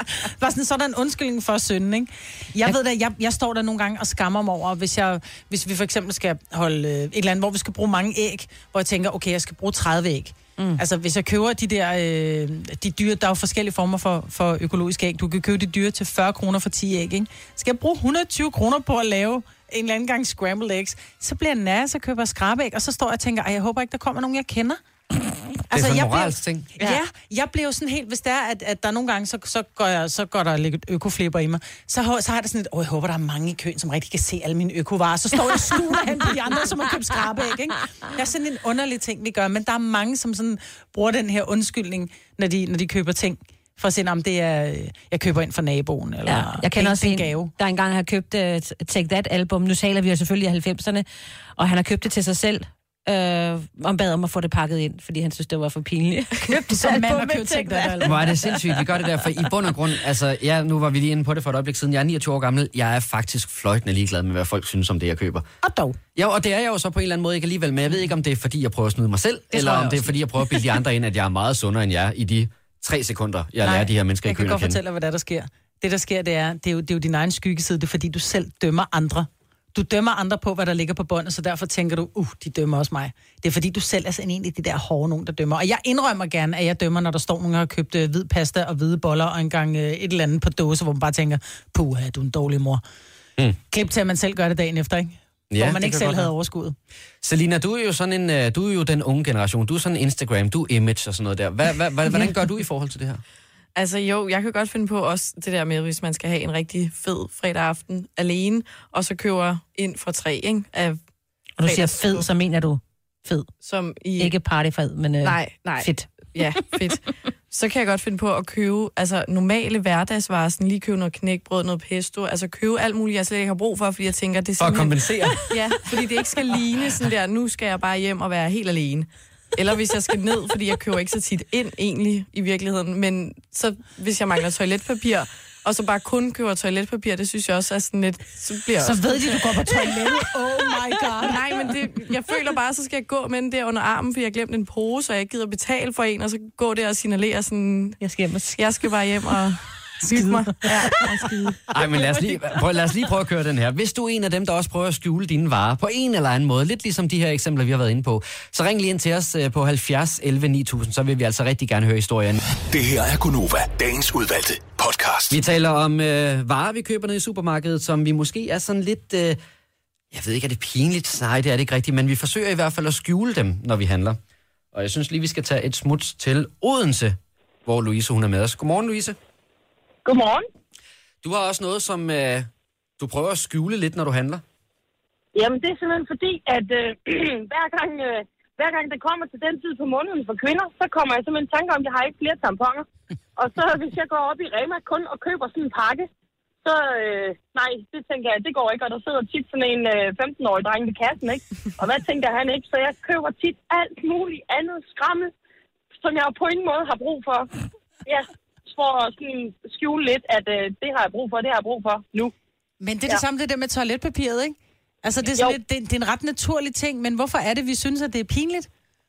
Var sådan, så er der en undskyldning for synden, ikke? Jeg ved da, jeg, jeg står der nogle gange og skammer mig over, hvis, jeg, hvis vi for eksempel skal holde øh, et eller andet, hvor vi skal bruge mange æg, hvor jeg tænker, okay, jeg skal bruge tredive æg. Mm. Altså, hvis jeg køber de der, øh, de dyre, der er jo forskellige former for, for økologiske æg. Du kan købe de dyre til fyrre kroner for ti æg, ikke? Skal jeg bruge et hundrede og tyve kroner på at lave en eller anden gang scrambled eggs, så bliver jeg nær, så køber jeg skrabæg, og så står jeg og tænker, ej, jeg håber ikke, der kommer nogen, jeg kender. Altså, det er jeg en moralsk ting. Ja, ja, jeg bliver jo sådan helt, hvis det er, at, at der nogle gange, så, så, går jeg, så går der lidt økoflipper i mig, så, så har jeg det sådan lidt, åh, jeg håber, der er mange i køen, som rigtig kan se alle mine økovarer, så står jeg skuler hen på de andre, som har købt skrabæg, ikke? Det er sådan en underlig ting, vi gør, men der er mange, som sådan bruger den her undskyldning, når de, når de køber ting, for at se, om det er, jeg køber ind for naboen, eller ja, jeg kender også en gave. Der engang har købt uh, Take That-album, nu taler vi jo selvfølgelig i halvfemserne, og han har købt det til sig selv, Øh, og bad om at få det pakket ind, fordi han synes, det var for pinligt. Købte som mand og købte Take That. Hvor er det sindssygt, vi gør det der, for i bund og grund, altså, ja, nu var vi lige inde på det for et øjeblik siden, jeg er niogtyve år gammel, jeg er faktisk fløjtende ligeglad med, hvad folk synes om det, jeg køber. Og dog. Ja, og det er jeg jo så på en eller anden måde ikke alligevel, men jeg ved ikke, om det er, fordi jeg prøver at snyde mig selv, det eller om det er, fordi jeg prøver at bilde de andre ind, at jeg er meget sundere end jer i de tre sekunder, jeg Nej, lærer de her mennesker i køen at kende. Jeg kan godt fortælle dig, hvad der, der sker. Det, der sker, det er, det er, jo, det er jo din egen skyggeside, det er, fordi du selv dømmer andre. Du dømmer andre på, hvad der ligger på båndet, så derfor tænker du, uh, de dømmer også mig. Det er fordi, du selv er sådan en af de der hårde nogen, der dømmer. Og jeg indrømmer gerne, at jeg dømmer, når der står nogen, der har købt øh, hvid pasta og hvide boller, og engang øh, et eller andet på dåse, hvor man bare tænker, puha, du er en dårlig mor. Mm. Klip til, at man selv gør det dagen efter, ikke? Ja, hvor man ikke selv havde overskuddet. Selina, du er jo sådan en, du er jo den unge generation. Du er sådan Instagram, du er image og sådan noget der. Hvad, hvad, hvordan gør du i forhold til det her? Altså jo, jeg kan godt finde på også det der med, hvis man skal have en rigtig fed fredag aften alene, og så køber ind for tre, ikke? Af og du siger fed, så mener du fed? Som i... Ikke partyfed, men øh, nej, nej. fedt. Ja, fedt. Så kan jeg godt finde på at købe altså normale hverdagsvarer, sådan lige købe noget knækbrød, noget pesto, altså købe alt muligt, jeg slet ikke har brug for, fordi jeg tænker, det er for at kompensere? Ja, fordi det ikke skal ligne sådan der, nu skal jeg bare hjem og være helt alene. Eller hvis jeg skal ned, fordi jeg køber ikke så tit ind egentlig i virkeligheden, men så hvis jeg mangler toiletpapir, og så bare kun køber toiletpapir, det synes jeg også er sådan lidt... Så, bliver så også... ved de, du går på toilettet. Oh my god. Nej, men det, jeg føler bare, så skal jeg gå med den der under armen, fordi jeg har glemt en pose, og jeg ikke gider betale for en, og så gå der og signalere sådan... Jeg skal hjem og... Jeg skal bare hjem og... Skide mig. Ja, skide. Ej, men lad os, lige, prøv, lad os lige prøve at køre den her. Hvis du er en af dem, der også prøver at skjule dine varer på en eller anden måde, lidt ligesom de her eksempler, vi har været inde på, så ring lige ind til os på halvfjerds elleve ni tusind, så vil vi altså rigtig gerne høre historien. Det her er Gunova, dagens udvalgte podcast. Vi taler om øh, varer, vi køber ned i supermarkedet, som vi måske er sådan lidt... Øh, jeg ved ikke, er det pinligt? Nej, det er det ikke rigtigt, men vi forsøger i hvert fald at skjule dem, når vi handler. Og jeg synes lige, vi skal tage et smut til Odense, hvor Louise hun er med os. Godmorgen, Louise. Godmorgen. Du har også noget, som øh, du prøver at skjule lidt, når du handler. Jamen, det er simpelthen fordi, at øh, hver, gang, øh, hver gang det kommer til den tid på måneden for kvinder, så kommer jeg simpelthen i tanke om, at jeg har ikke flere tamponer. Og så hvis jeg går op i Rema kun og køber sådan en pakke, så øh, nej, det tænker jeg, det går ikke. Og der sidder tit sådan en øh, femten-årig dreng ved kassen, ikke? Og hvad tænker han ikke? Så jeg køber tit alt muligt andet skrammel, som jeg på ingen måde har brug for. Ja. For at sådan skjule lidt, at øh, det har jeg brug for, det har jeg brug for nu. Men det er det ja. samme, det der med toiletpapiret, ikke? Altså, det er, sådan lidt, det, det er en ret naturlig ting, men hvorfor er det, vi synes, at det er pinligt?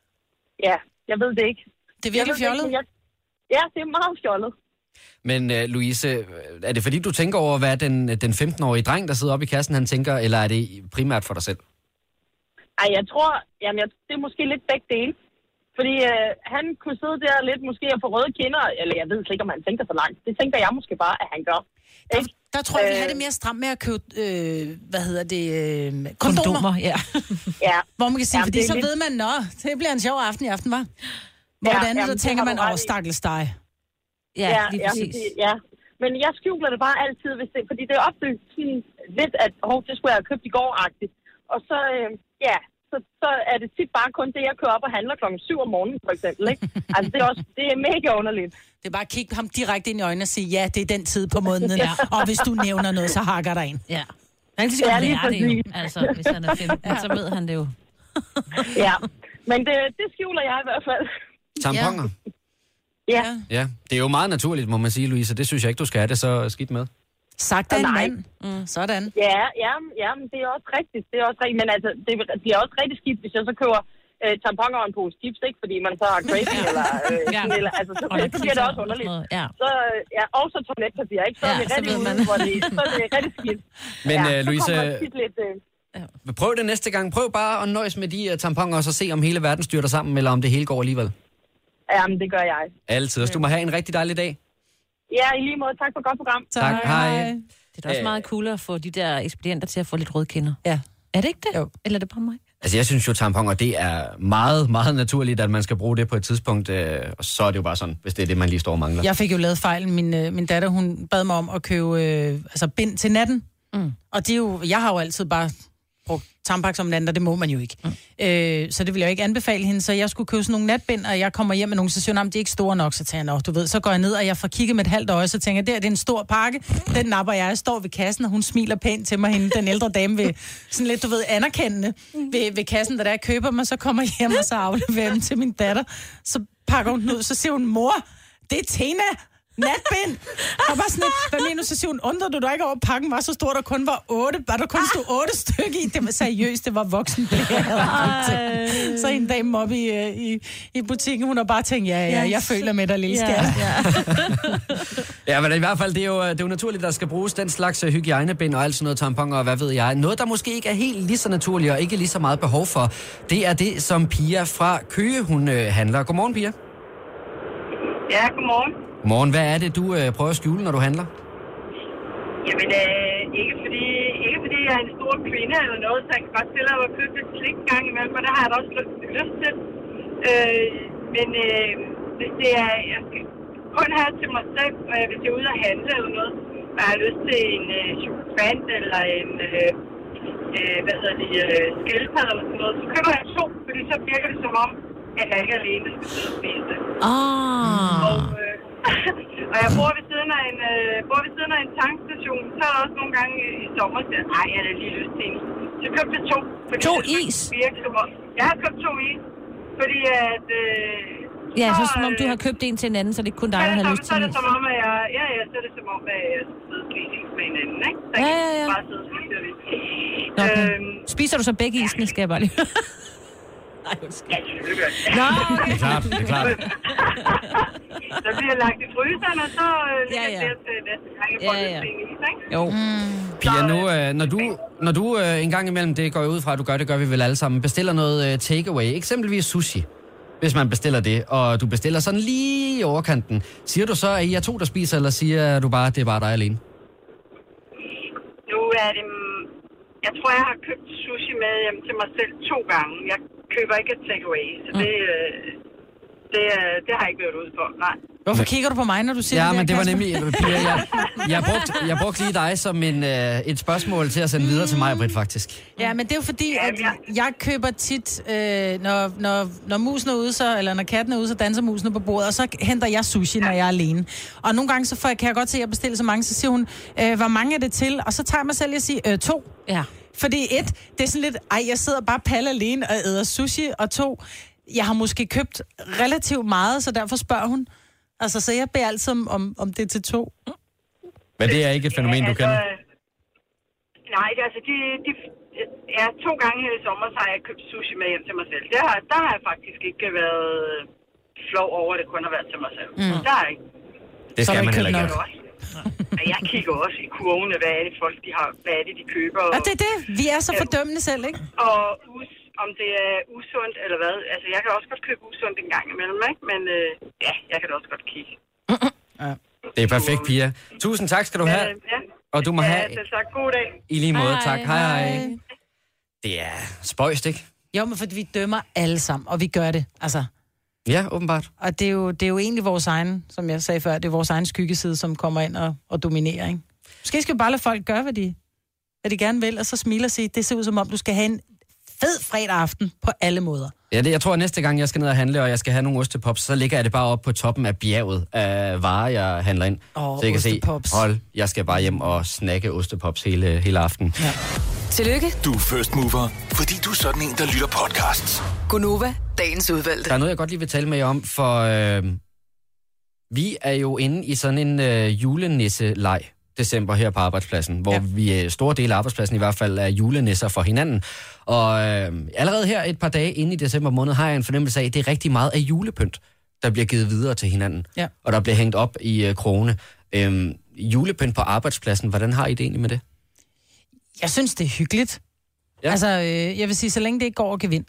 Ja, jeg ved det ikke. Det er virkelig fjollet? Ikke, jeg... Ja, det er meget fjollet. Men uh, Louise, er det fordi, du tænker over, hvad den, den femten-årige dreng, der sidder oppe i kassen, han tænker, eller er det primært for dig selv? Ej, jeg tror, jamen, jeg, det er måske lidt begge dele. Fordi øh, han kunne sidde der lidt måske og få røde kinder, eller jeg ved ikke, om han tænker så langt. Det tænker jeg måske bare, at han gør. Der, der tror jeg, vi har det mere stramt med at købe, øh, hvad hedder det, øh, kondomer. kondomer ja. ja. Hvor man kan sige, ja, fordi så lidt... ved man, nå, det bliver en sjov aften i aften, hva'? Hvor ja, andet, så tænker man, åh, stakkels dig. Ja, ja, lige præcis. Ja, ja, men jeg skjuler det bare altid, hvis det, fordi det er ofte sådan lidt, at hov, det skulle jeg have købt i går-agtigt. Og så, øh, ja... Så, så er det tit bare kun det, jeg kører op og handler klokken syv om morgenen, for eksempel, ikke? Altså, det er også, det er mega underligt. Det er bare at kigge ham direkte ind i øjnene og sige, ja, det er den tid på måneden, ja. Og hvis du nævner noget, så hakker der en. Ja. Han skal ja, lære det jo. Altså, hvis han er femten, ja. Så ved han det jo. Ja, men det, det skjuler jeg i hvert fald. Tamponer? Ja. Ja, det er jo meget naturligt, må man sige, Louise. Det synes jeg ikke, du skal have det så skidt med. Sagt af en mand. Mm, sådan. Ja, ja, ja, men det er også rigtigt. Det er også rigtigt. Men altså, det bliver også rigtig skidt, hvis jeg så køber øh, tamponer og en pose chips, ikke? Fordi man så har craving, eller, øh, Ja. sådan, eller altså, så, Og så bliver det også underligt. Ja. Så, øh, ja, og så toiletpapir, ikke? Så Ja, er vi så rigtig ved ude, man. hvor det, så er det rigtig skidt. Men, ja, øh, så Louise, kommer der tit lidt... Øh, prøv det næste gang. Prøv bare at nøjes med de uh, tamponer, og så se, om hele verden styrter sammen, eller om det hele går alligevel. Jamen, det gør jeg. Altid. Du må have en rigtig dejlig dag. Ja, i lige måde. Tak for et godt program. Tak. Hej. Det er da også Øh. meget cool at få de der ekspedienter til at få lidt røde kinder. Ja. Er det ikke det? Jo. Eller er det bare mig? Altså, jeg synes jo, tamponer, det er meget, meget naturligt, at man skal bruge det på et tidspunkt. Øh, og så er det jo bare sådan, hvis det er det, man lige står og mangler. Jeg fik jo lavet fejl. Min, øh, min datter, hun bad mig om at købe øh, altså bind til natten. Mm. Og det er jo, jeg har jo altid bare brugt Tampax om natten, og det må man jo ikke. Mm. Øh, så det vil jeg jo ikke anbefale hende, så jeg skulle købe sådan nogle natbind, og jeg kommer hjem med nogle, så siger hun, de er ikke store nok, så tænker jeg, du ved, så går jeg ned, og jeg får kigget med et halvt øje, så tænker jeg, der det er en stor pakke, den napper jeg, jeg står ved kassen, og hun smiler pænt til mig, hende, den ældre dame, ved, sådan lidt, du ved, anerkendende ved, ved kassen, der der køber mig, så kommer jeg hjem, og så afleverer dem til min datter, så pakker hun den ud, så siger hun, mor, det er Tina! Natbind! Og bare sådan lidt, hvad mener du? Så siger hun, undrer du dig ikke over, pakken var så stor, der kun var otte, var der kun stod otte stykker i? Det var seriøst, det var voksen. Så en dame oppe i, i, i butikken, hun har bare tænkt, ja, ja, jeg føler med dig, lille skat. Ja. Ja, men i hvert fald, det er jo, det er jo naturligt, der skal bruges den slags hygiejnebind og alt sådan noget tamponer, og hvad ved jeg. Noget, der måske ikke er helt lige så naturligt, og ikke lige så meget behov for, det er det, som Pia fra Køge, hun øh, handler. Godmorgen, Pia. Ja, godmorgen. Godmorgen. Hvad er det, du øh, prøver at skjule, når du handler? Jamen, øh, ikke, fordi, ikke fordi jeg er en stor kvinde eller noget, så jeg kan godt stille mig og købe et slik gang imellem, og det har jeg da også lyst, lyst til. Øh, men øh, hvis det er, jeg skal kun have til mig selv, og jeg vil til ud og handle eller noget, og jeg har lyst til en øh, chokolade eller en, øh, øh, hvad hedder det, øh, skildpadde eller sådan noget, så køber jeg to, fordi så virker det som om, at jeg ikke er alene skal sidde og spise det. Ah. Og, øh, og jeg bor ved siden af en, øh, bor ved siden af en tankstation, så er der også nogle gange i sommer, så ej, jeg har da lige lyst til en. Så købte jeg to. To det is? virker som om, jeg har købt to is, fordi at... Øh, Ja, så som om du har købt en til en anden, så det er ikke kun dig, der har lyst så til er det is. som om, at jeg, ja, ja, så er det som om, at jeg skal sidde og spise is med hinanden, ikke? Så Ja, jeg ja, kan ja. bare sidde og spise lidt. Nå, okay. Øhm, Spiser du så begge isene, skal jeg bare lige... Nej, undskyld. ja, selvfølgelig gør jeg. Nå, Det okay. er klart, det er klart. Så bliver lagt i fryseren, og så øh, ligger Ja, ja. det til næste gang, jeg får Ja, lyst ja. til en is, ikke? Jo. Pia, nu, øh, når du, når du øh, en gang imellem, det går jeg ud fra, at du gør, det gør vi vel alle sammen, bestiller noget øh, takeaway, eksempelvis sushi, hvis man bestiller det, og du bestiller sådan lige i overkanten, siger du så, at I er to, der spiser, eller siger du bare, at det er bare dig alene? Nu er det... Jeg tror, jeg har købt sushi med hjem til mig selv to gange. Jeg køber ikke et takeaway, så det, øh, det, øh, det har jeg ikke været ud for, nej. Hvorfor kigger du på mig, når du siger Ja, det der, men det var Kasper? nemlig, Pia, jeg, jeg, brugte, jeg brugte lige dig som en, øh, et spørgsmål til at sende videre til mig, Britt, faktisk. Ja, men det er jo fordi, at jeg køber tit, øh, når, når, når musen er ude, så, eller når katten er ude, så danser musen på bordet, og så henter jeg sushi, når jeg er alene. Og nogle gange, så får jeg, kan jeg godt se, at jeg bestiller så mange, så siger hun, øh, hvor mange er det til? Og så tager jeg mig selv og siger, øh, to. Ja. Fordi et, det er sådan lidt, ej, jeg sidder bare palle alene og æder sushi, og to, jeg har måske købt relativt meget, så derfor spørger hun. Altså, så jeg beder altid om, om, om det til to. Men det er ikke et fænomen, Ja, du altså, kender? Nej, det, altså, de, de, ja, to gange her i sommer, så har jeg købt sushi med hjem til mig selv. Det har, der har jeg faktisk ikke været flov over, at det kun har været til mig selv. Mm. Der har jeg ikke. Det skal man heller ikke. Også. Ja, jeg kigger også i kurvene, hvad er det folk, de har, hvad er det, de køber. Og det er det. Vi er så fordømmende selv, ikke? Og us, om det er usundt eller hvad. Altså, jeg kan også godt købe usundt en gang imellem, ikke? Men øh, ja, jeg kan da også godt kigge. Ja. Det er perfekt, Pia. Tusind tak skal du have. Øh, ja. Og du må ja, have... selv sagt. God dag. I lige måde, Hej, tak. Hej, hej. hej. Det er spøjst, ikke? Jo, men fordi vi dømmer alle sammen, og vi gør det. Altså, Ja, åbenbart. og det er, jo, det er jo egentlig vores egen, som jeg sagde før, det er vores egen skyggeside, som kommer ind og, og dominerer, ikke? Måske skal vi bare lade folk gøre, hvad de, hvad de gerne vil, og så smile og sige, det ser ud som om, du skal have en fed fredag aften på alle måder. Ja, det, jeg tror, at næste gang, jeg skal ned og handle, og jeg skal have nogle ostepops, så ligger jeg det bare op på toppen af bjerget af varer, jeg handler ind. Åh, så jeg kan ostepops. se, hold, jeg skal bare hjem og snakke ostepops hele, hele aften. Ja. Tillykke, Du er first mover, fordi du er sådan en, der lytter podcasts. Gunova, dagens udvalgte. Der er noget, jeg godt lige vil tale med jer om, for øh, vi er jo inde i sådan en øh, julenisse-leg december her på arbejdspladsen, hvor ja. vi øh, store dele af arbejdspladsen i hvert fald er julenisser for hinanden. Og øh, allerede her et par dage inde i december måned har jeg en fornemmelse af, at det er rigtig meget af julepynt, der bliver givet videre til hinanden. Ja. Og der bliver hængt op i øh, krone. Øh, julepynt på arbejdspladsen, hvordan har I det egentlig med det? Jeg synes, det er hyggeligt. Ja. Altså, øh, jeg vil sige, så længe det ikke går over gevind.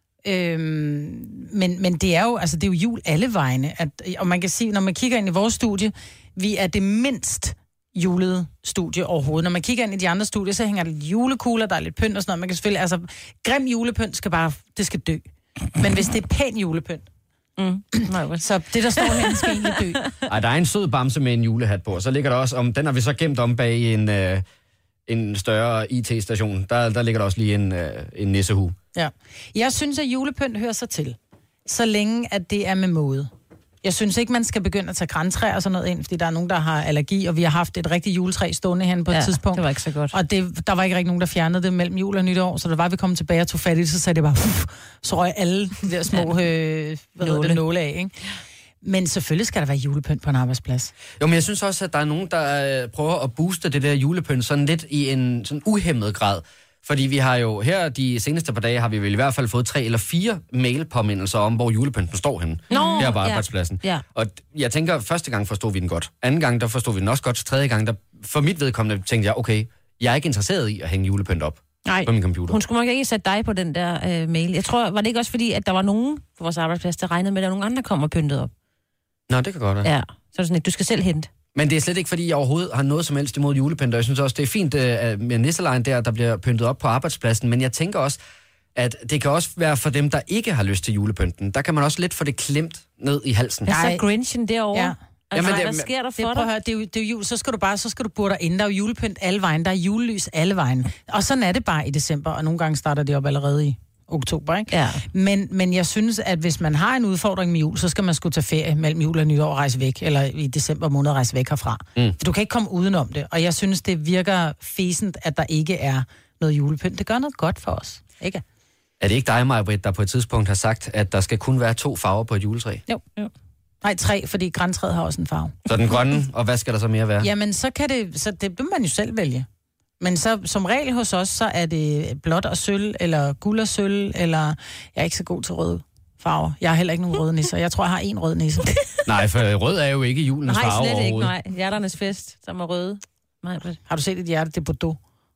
Øhm, men, men det er jo, altså, det er jo jul alle vegne. At, og man kan sige, når man kigger ind i vores studie, vi er det mindst julede studie overhovedet. Når man kigger ind i de andre studier, så hænger der lidt julekugler, der er lidt pynt og sådan noget. Man kan selvfølgelig, altså, grim julepynt skal bare, det skal dø. Men hvis det er pæn julepynt, mm. så det, der står her, skal egentlig dø. Ej, der er en sød bamse med en julehat på, og så ligger der også, om den har vi så gemt om bag en, øh, en større I T-station. Der, der ligger der også lige en, øh, en nissehue. Ja. Jeg synes, at julepynt hører sig til, så længe at det er med måde. Jeg synes ikke, man skal begynde at tage grantræer og sådan noget ind, fordi der er nogen, der har allergi, og vi har haft et rigtigt juletræ stående hen på et ja, tidspunkt. det var ikke så godt. Og det, der var ikke rigtig nogen, der fjernede det mellem jul og nytår, så der var, vi kom tilbage og tog fat i det, så sagde det bare, uff, så røg alle de der små øh, hvad nåle. Det, nåle af, ikke? Men selvfølgelig skal der være julepynt på en arbejdsplads. Jo, men jeg synes også, at der er nogen, der øh, prøver at booste det der julepynt sådan lidt i en sådan uhæmmet grad. Fordi vi har jo her de seneste par dage, har vi vel i hvert fald fået tre eller fire mailpåmindelser om, hvor julepynten står henne. Nå, her på ja. arbejdspladsen. Ja. Og jeg tænker, første gang forstod vi den godt. Anden gang, der forstod vi den også godt. Tredje gang, der for mit vedkommende tænkte jeg, okay, jeg er ikke interesseret i at hænge julepynt op Nej, på min computer. Hun skulle nok ikke sætte dig på den der øh, mail. Jeg tror, var det ikke også fordi, at der var nogen på vores arbejdsplads, der regnede med, at der nogen andre kom og pyntede op? Nå, det kan godt være. Ja, så er det sådan, at du skal selv hente. Men det er slet ikke, fordi jeg overhovedet har noget som helst imod julepynt, og jeg synes også, det er fint uh, med nisselejen der, der bliver pyntet op på arbejdspladsen, men jeg tænker også, at det kan også være for dem, der ikke har lyst til julepynten. Der kan man også lidt få det klemt ned i halsen. Hvad så Grinchen derovre? Ja. Altså, Jamen, det, hvad sker der for det, prøv at høre, det er jo, det er jo jul, så skal du bare, så skal du burde dig ind. Der er jo julepynt alle vejen, der er julelys alle vejen. Og sådan er det bare i december, og nogle gange starter det op allerede i oktober, ikke? Ja. Men, men jeg synes, at hvis man har en udfordring med jul, så skal man sgu tage ferie mellem jul og nytår og rejse væk, eller i december måned rejse væk herfra. Mm. For du kan ikke komme udenom det, og jeg synes, det virker fæsent, at der ikke er noget julepynt. Det gør noget godt for os, ikke? Er det ikke dig, Maj-Britt, der på et tidspunkt har sagt, at der skal kun være to farver på et juletræ? Jo, jo. Nej, tre, fordi grantræet har også en farve. Så den grønne, og hvad skal der så mere være? Jamen, så kan det, så det må man jo selv vælge. Men så som regel hos os, så er det blåt og sølv, eller guld og sølv, eller jeg er ikke så god til røde farver. Jeg har heller ikke nogen røde nisser. Jeg tror, jeg har en rød nisse. Nej, for rød er jo ikke julens nej, farve slet ikke, overhovedet. nej. Hjerternes fest, som er røde. Nej, har du set et hjerte? Det er Bordeaux.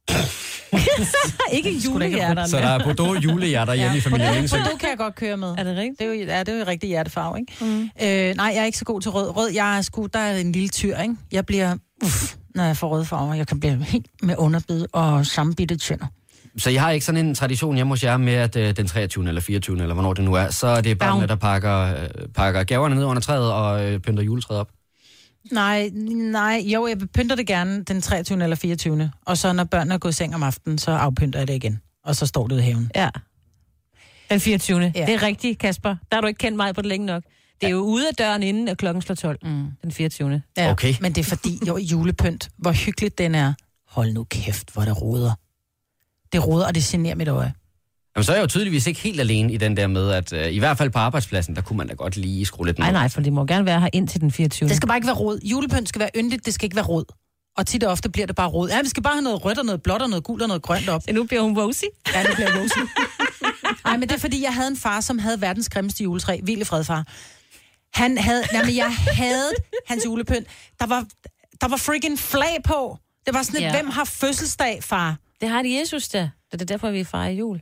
ikke julehjerterne. Så der er Bordeaux julehjerter hjemme ja. i familien. Bordeaux, Bordeaux kan jeg godt køre med. Er det rigtigt? Det er jo, ja, det er jo en rigtig hjertefarve, ikke? Mm. Øh, nej, jeg er ikke så god til rød. Rød, jeg er sgu, der er en lille tyr, ikke? Jeg bliver, uff, når jeg får røde farver, jeg kan blive helt med underbid og sammenbitte tænder. Så jeg har ikke sådan en tradition hjemme hos jer med, at øh, den treogtyvende eller fireogtyvende eller hvornår det nu er, så er det børnene, der pakker, øh, pakker gaverne ned under træet og øh, pynter juletræet op? Nej, nej, jo, jeg pynter det gerne den treogtyvende eller fireogtyvende Og så når børnene er gået i seng om aftenen, så afpynter jeg det igen. Og så står det i haven. Ja. Den fireogtyvende Ja. Det er rigtigt, Kasper. Der har du ikke kendt mig på det længe nok. Det er jo ude af døren, inden at klokken slår tolv. Mm. Den fireogtyvende Ja, okay. Men det er fordi, jo, julepynt, hvor hyggeligt den er. Hold nu kæft, hvor det roder. Det roder, og det generer mit øje. Jamen, så er jeg jo tydeligvis ikke helt alene i den der med, at øh, i hvert fald på arbejdspladsen, der kunne man da godt lige skrue lidt ned. Nej, nej, for det må gerne være her indtil den fireogtyvende Det skal bare ikke være rod. Julepynt skal være yndigt, det skal ikke være rod. Og tit og ofte bliver det bare rod. Ja, vi skal bare have noget rødt og noget blåt og noget gult og noget grønt op. Så nu bliver hun rosy. Ja, nu bliver jeg rosy. Nej, men det er fordi, jeg havde en far, som havde verdens grimmeste juletræ. Hvil i fred, far. Han havde, jamen jeg havde hans julepynt. Der var, der var freaking flag på. Det var sådan et, ja. Hvem har fødselsdag, far? Det har de Jesus da. Det er derfor, vi fejrer jul.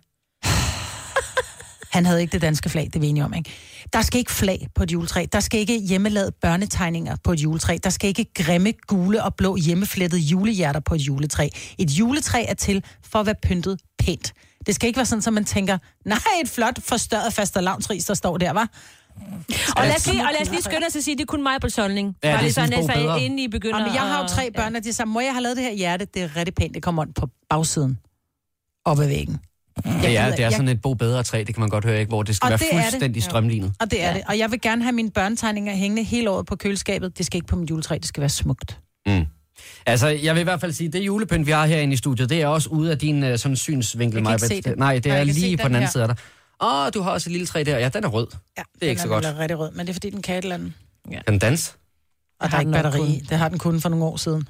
Han havde ikke det danske flag, det er vi enige om, ikke? Der skal ikke flag på et juletræ. Der skal ikke hjemmelavede børnetegninger på et juletræ. Der skal ikke grimme, gule og blå hjemmeflettede julehjerter på et juletræ. Et juletræ er til for at være pyntet pænt. Det skal ikke være sådan, at man tænker, nej, et flot, forstørret fastelavnsris, der står der, var. Og lad os lige, og lad os lige skynde os at sige, det er kun mig på holdning. Ja, det er sådan, sådan bedre. inden I begynder. Jamen, jeg har jo tre børn, og de sagde, må jeg have lavet det her hjerte? Det er rigtig pænt, det kommer på bagsiden. Op ad væggen. Det er, det er sådan et bo bedre træ, det kan man godt høre, ikke? Hvor det skal og være det fuldstændig strømlignet. Og det er ja. det. Og jeg vil gerne have mine børnetegninger hængende hele året på køleskabet. Det skal ikke på mit juletræ, det skal være smukt. Mm. Altså, jeg vil i hvert fald sige, det julepynt, vi har herinde i studiet, det er også ude af din uh, sådan synsvinkel, Maja. Nej, det er lige på den anden her. Side af dig. Åh, oh, du har også et lille træ der. Ja, den er rød. Ja, det er ikke så godt. Den er rigtig rød, men det er fordi, den kan et eller andet. Ja. Kan den danse? Og der er ikke batteri i. Det har den kun for nogle år siden.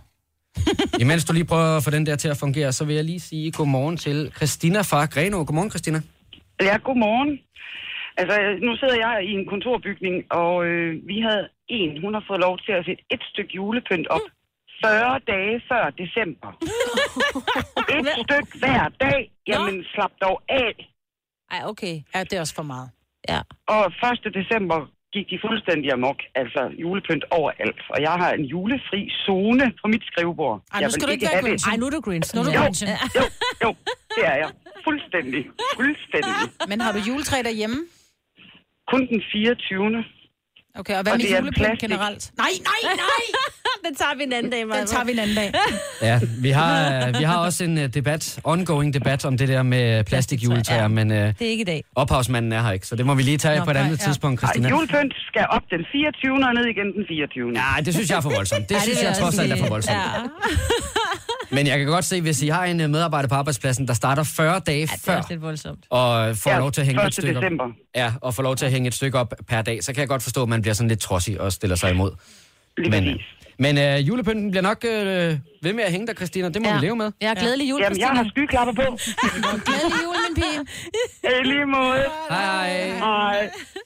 Imens du lige prøver at få den der til at fungere, så vil jeg lige sige godmorgen til Christina fra Grenaa. Godmorgen, Christina. Ja, godmorgen. Altså, nu sidder jeg i en kontorbygning, og øh, vi havde en, hun har fået lov til at sætte et stykke julepynt op fyrre dage før december. Et stykke hver dag. Jamen, slap dog af. Ej, okay. Ja, det er også for meget. Ja. Og første december gik de fuldstændig amok, altså julepynt overalt. Og jeg har en julefri zone på mit skrivebord. Ej, nu skal du ikke være Grinchen. Ej, nu er du Grinchen. Nu er du jo, Grinchen. jo, jo, det er jeg. Fuldstændig. Fuldstændig. Men har du juletræ derhjemme? Kun den fireogtyvende Okay, og hvad og med det er julepynt plastik. generelt? Nej, nej, nej! Den tager vi en anden dag, Maja. Den tager vi en anden dag. Ja, vi har, vi har også en uh, debat, ongoing debat om det der med plastikjuletræer, Ja. men uh, Det er ikke i dag. ophavsmanden er her ikke, så det må vi lige tage Nå, på et nej, andet ja. tidspunkt, Ej, Christina. julepynt skal op den fireogtyvende og ned igen den fireogtyvende Ja, det synes jeg er for voldsomt. Det Ja, synes vil jeg trods alt er sige. for voldsomt. Ja. Men jeg kan godt se, hvis I har en uh, medarbejder på arbejdspladsen, der starter fyrre dage Ja, det er før, også lidt voldsomt. og får Ja, lov til at hænge et første stykke op. december. Ja, og får lov til at hænge et stykke op per dag, så kan jeg godt forstå, at man bliver sådan lidt trodsig og stiller sig imod. Lige Men, præcis. men uh, julepynten bliver nok uh, ved med at hænge der, Christina. Det må Ja. vi leve med. Ja, glædelig jul, Jamen, jeg Christina. har skyklapper på. Glædelig jul, min pige. I lige måde. Hej, hej. Hej.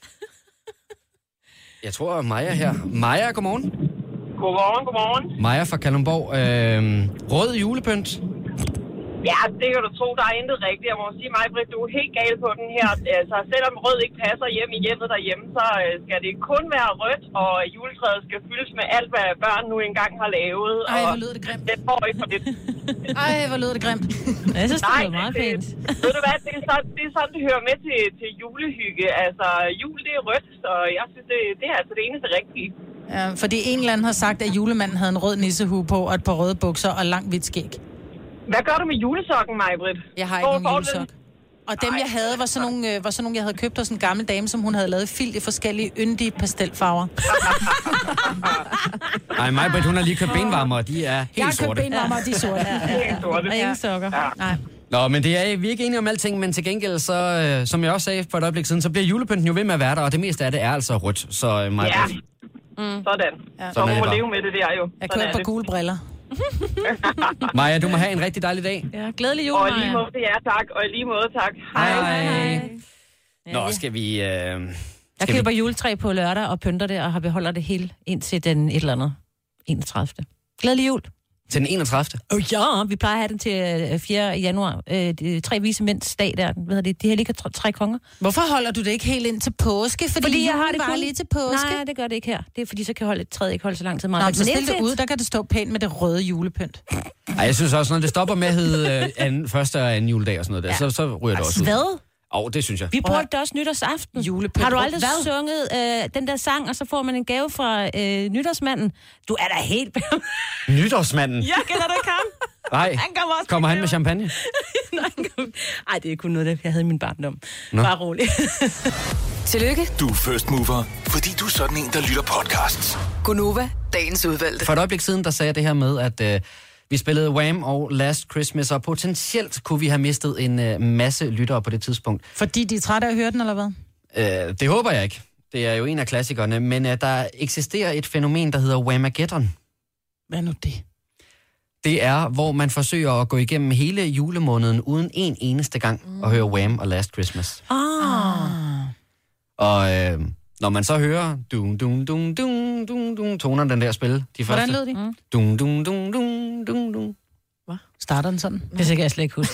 Jeg tror, Maja her. Maja, godmorgen. Godmorgen, godmorgen. Maja fra Kalundborg. Øh, rød julepynt. Ja, det kan du tro, der er intet rigtigt. Jeg må sige mig, Britt, du er helt gal på den her. Altså, selvom rød ikke passer hjem i hjemmet derhjemme, så øh, skal det kun være rødt, og juletræet skal fyldes med alt, hvad børn nu engang har lavet. Ej, hvor lød det grimt. Det får ikke for lidt. Ej, hvor lød det grimt. Jeg synes, det Nej, er meget det, pænt. ved du hvad, det er, sådan, det er sådan, det hører med til, til julehygge. Altså, jul, det er rødt, så jeg synes, det, det er altså det eneste rigtige. Ja, fordi en eller anden har sagt, at julemanden havde en rød nissehue på, og et par røde bukser og lang hvidt skæg. Hvad gør du med julesokken, Maj-Britt? Jeg har ikke en julesok. Og dem, jeg havde, var sådan, nogle, øh, var sådan nogle, jeg havde købt hos en gammel dame, som hun havde lavet filt i forskellige yndige pastelfarver. Ej, Maj-Britt, hun har lige købt benvarmer, og de er helt Jeg har købt sorte. benvarmer, og de er sorte. Helt sorte. Og ingen sokker. Ja. Nej. Nå, men det er, vi er ikke enige om alting, men til gengæld, så, øh, som jeg også sagde for et øjeblik siden, så bliver julepynten jo ved med at være der, og det meste af det er altså rødt. Så øh, Maj-Britt, Ja, mm. sådan. Ja. Så Sådan er hun det må bare. leve med det der jo. Jeg Sådan købte er et par det. gule briller. Maja, du må have en rigtig dejlig dag. Ja, glædelig jul, Og i Maja. lige måde, det er tak. Og i lige måde, tak. Hej, hej. Ja, Nå, ja. skal vi... Øh, Jeg skal køber vi... juletræ på lørdag og pynter det, og har beholder det hele indtil den et eller andet enogtredivte Glædelig jul. Til den enogtredivte Åh oh, ja, vi plejer at have den til øh, fjerde januar. Øh, de, tre vise mænds dag der. Hvad hedder det? De her ligger tre, tre konger. Hvorfor holder du det ikke helt ind til påske? Fordi, Fordi jeg har julen det var kun... lige til påske. Nej, det gør det ikke her. Det er fordi, så kan holde, træet ikke holde så lang tid. Nå, Men så stil det indtil- ud, der kan det stå pænt med det røde julepynt. Ej, jeg synes også, når det stopper med at hedde øh, anden, første og anden juledag og sådan noget der, ja. så, så ryger det også ud. Hvad? Åh, oh, det synes jeg. Vi bruger det også nytårsaften. Julepynt. Har du aldrig Hvad? sunget øh, den der sang, og så får man en gave fra øh, nytårsmanden? Du er da helt... Nytårsmanden. Jeg kender du ikke ham? Nej, Han kommer også kommer med han med champagne? Nej, Ej, det er kun noget, jeg havde i min barndom. Nå. Bare roligt. Tillykke, Du er first mover, fordi du er sådan en, der lytter podcasts. Gunova, dagens udvalgte. For et øjeblik siden, der sagde jeg det her med, at øh, vi spillede Wham og Last Christmas, og potentielt kunne vi have mistet en øh, masse lyttere på det tidspunkt. Fordi de er trætte af at høre den, eller hvad? Øh, det håber jeg ikke. Det er jo en af klassikerne, men øh, der eksisterer et fænomen, der hedder Whamageddon. Hvad er nu det? Det er, hvor man forsøger at gå igennem hele julemåneden uden en eneste gang mm. at høre Wham og Last Christmas. Ah. Og øh, når man så hører dun, dun, dun, dun, dun, dun, toner den der spil, de første. Hvordan lød de? Mm. Dun, dun, dun, dun, dun, dun. Starter den sådan? Det kan jeg slet ikke huske.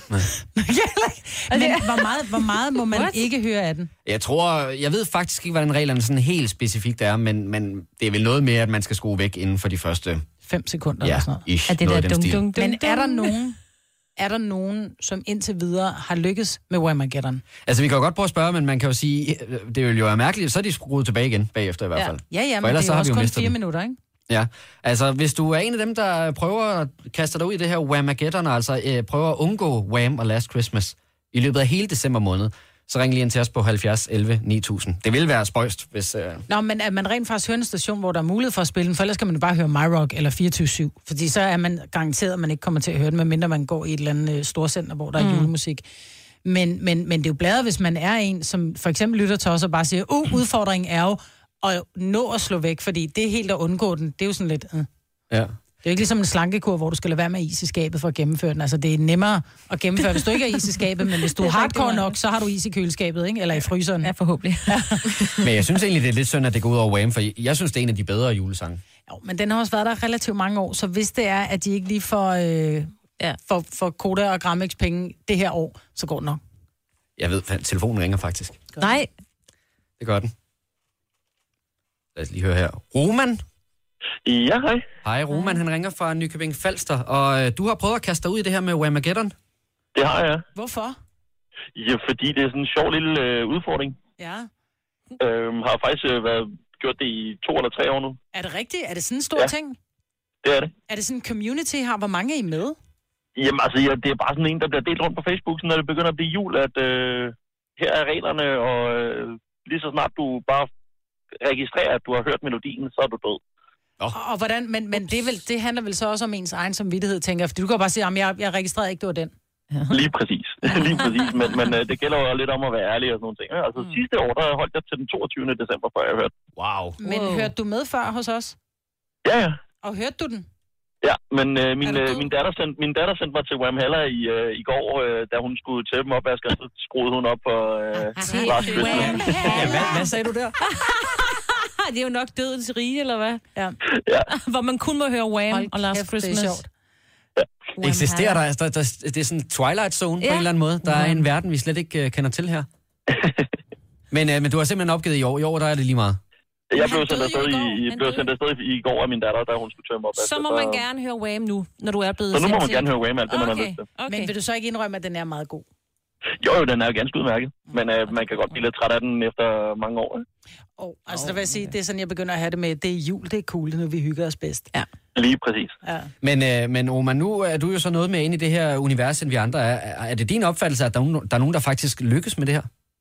Men hvor meget, hvor meget må man What? ikke høre af den? Jeg tror, jeg ved faktisk ikke, hvordan reglerne sådan helt specifikt er, men, men det er vel noget med, at man skal skrue væk inden for de første, Fem sekunder ja, eller sådan noget. ish, Er det noget der af den dum, stil. dum, dum, Men er der dum? nogen, er der nogen, som indtil videre har lykkes med Whamageddon? Altså, vi kan jo godt prøve at spørge, men man kan jo sige, det vil jo være mærkeligt, så er de skruet tilbage igen bagefter i hvert fald. Ja, ja, For men ellers det så er har jo vi også jo kun mistet fire dem. minutter, ikke? Ja, altså hvis du er en af dem, der prøver at kaste dig ud i det her Whamageddon, altså øh, prøver at undgå Wham og Last Christmas i løbet af hele december måned, så ring lige ind til os på halvfjerds elleve ni tusind. Det vil være spøjst, hvis... Øh... Nå, men at man rent faktisk hører en station, hvor der er mulighed for at spille den, for ellers skal man jo bare høre MyRock eller fireogtyve syv, fordi så er man garanteret, at man ikke kommer til at høre den, medmindre man går i et eller andet øh, storcenter, hvor der er Mm. julemusik. Men, men, men det er jo bladet, hvis man er en, som for eksempel lytter til os og bare siger, uh, udfordringen er jo at nå at slå væk, fordi det er helt at undgå den. Det er jo sådan lidt... Øh. Ja. jo ikke ligesom en slankekur, hvor du skal lade være med is i skabet for at gennemføre den. Altså, det er nemmere at gennemføre, hvis du ikke har is i skabet, men hvis du er hardcore nok, så har du is i køleskabet, ikke? Eller i fryseren. Ja, forhåbentlig. Ja. Men jeg synes egentlig, det er lidt synd, at det går ud over Wham, for jeg synes, det er en af de bedre julesange. Jo, men den har også været der relativt mange år, så hvis det er, at de ikke lige får, øh, ja, for, for Koda og Gramex penge det her år, så går den nok. Jeg ved, at telefonen ringer faktisk. Gør Nej. Det gør den. Lad os lige høre her. Roman? Ja, hej. Hej, Roman. Han ringer fra Nykøbing Falster, og øh, du har prøvet at kaste dig ud i det her med Whamageddon? Det har jeg. Hvorfor? Ja, fordi det er sådan en sjov lille øh, udfordring. Ja. Øhm, har faktisk øh, været, gjort det i to eller tre år nu. Er det rigtigt? Er det sådan en stor Ja. ting? Det er det. Er det sådan en community her? Hvor mange er I med? Jamen altså, ja, det er bare sådan en, der bliver delt rundt på Facebook, så når det begynder at blive jul, at øh, her er reglerne, og øh, lige så snart du bare registrerer, at du har hørt melodien, så er du død. Og, og hvordan, men, men det, vel, det handler vel så også om ens egen samvittighed, tænker jeg. Fordi du kan bare sige, at jeg, jeg registrerede ikke, det var den. Lige præcis. Lige præcis. Men, men øh, det gælder jo lidt om at være ærlig og sådan nogle ting. Altså mm. sidste år, der holdt jeg til den toogtyvende december, før jeg hørte. Wow. Men Wow. hørte du med før hos os? Ja, ja. Og hørte du den? Ja, men øh, min, Er du øh, god? min, datter sendte, min datter sendte mig til Whamhalla i, øh, i går, øh, da hun skulle tæppe dem op, og så skruede hun op for øh, Last Christmas. Ja, hvad, hvad sagde du der? Det er jo nok dødens rige, eller hvad? Ja. Ja. Hvor man kun må høre Wham Hold og Last kæft, det er Christmas. sjovt. Det eksisterer der, der, der, det er sådan en Twilight Zone ja. på en eller anden måde. Der er en verden, vi slet ikke uh, kender til her. men, uh, men du har simpelthen opgivet i år. I år, der er det lige meget. Jeg blev sendt afsted i, blev sendt afsted i, i går af min datter, da hun skulle tømme op. Så må man gerne høre Wham nu, når du er blevet Så nu må sendt man til. gerne høre Wham, alt det, man har Okay, lyst til. okay. Men vil du så ikke indrømme, at den er meget god? Jo, jo, den er jo ganske udmærket. Men øh, man kan godt blive lidt træt af den efter mange år. Oh, altså, oh, der vil jeg sige, det er sådan, jeg begynder at have det med, det er jul, det er cool, nu vi hygger os bedst. Ja. Lige præcis. Ja. Men, øh, men Roman, nu er du jo så noget med ind i det her univers, end vi andre er. Er det din opfattelse, at der er nogen, der, er nogen, der faktisk lykkes med det her?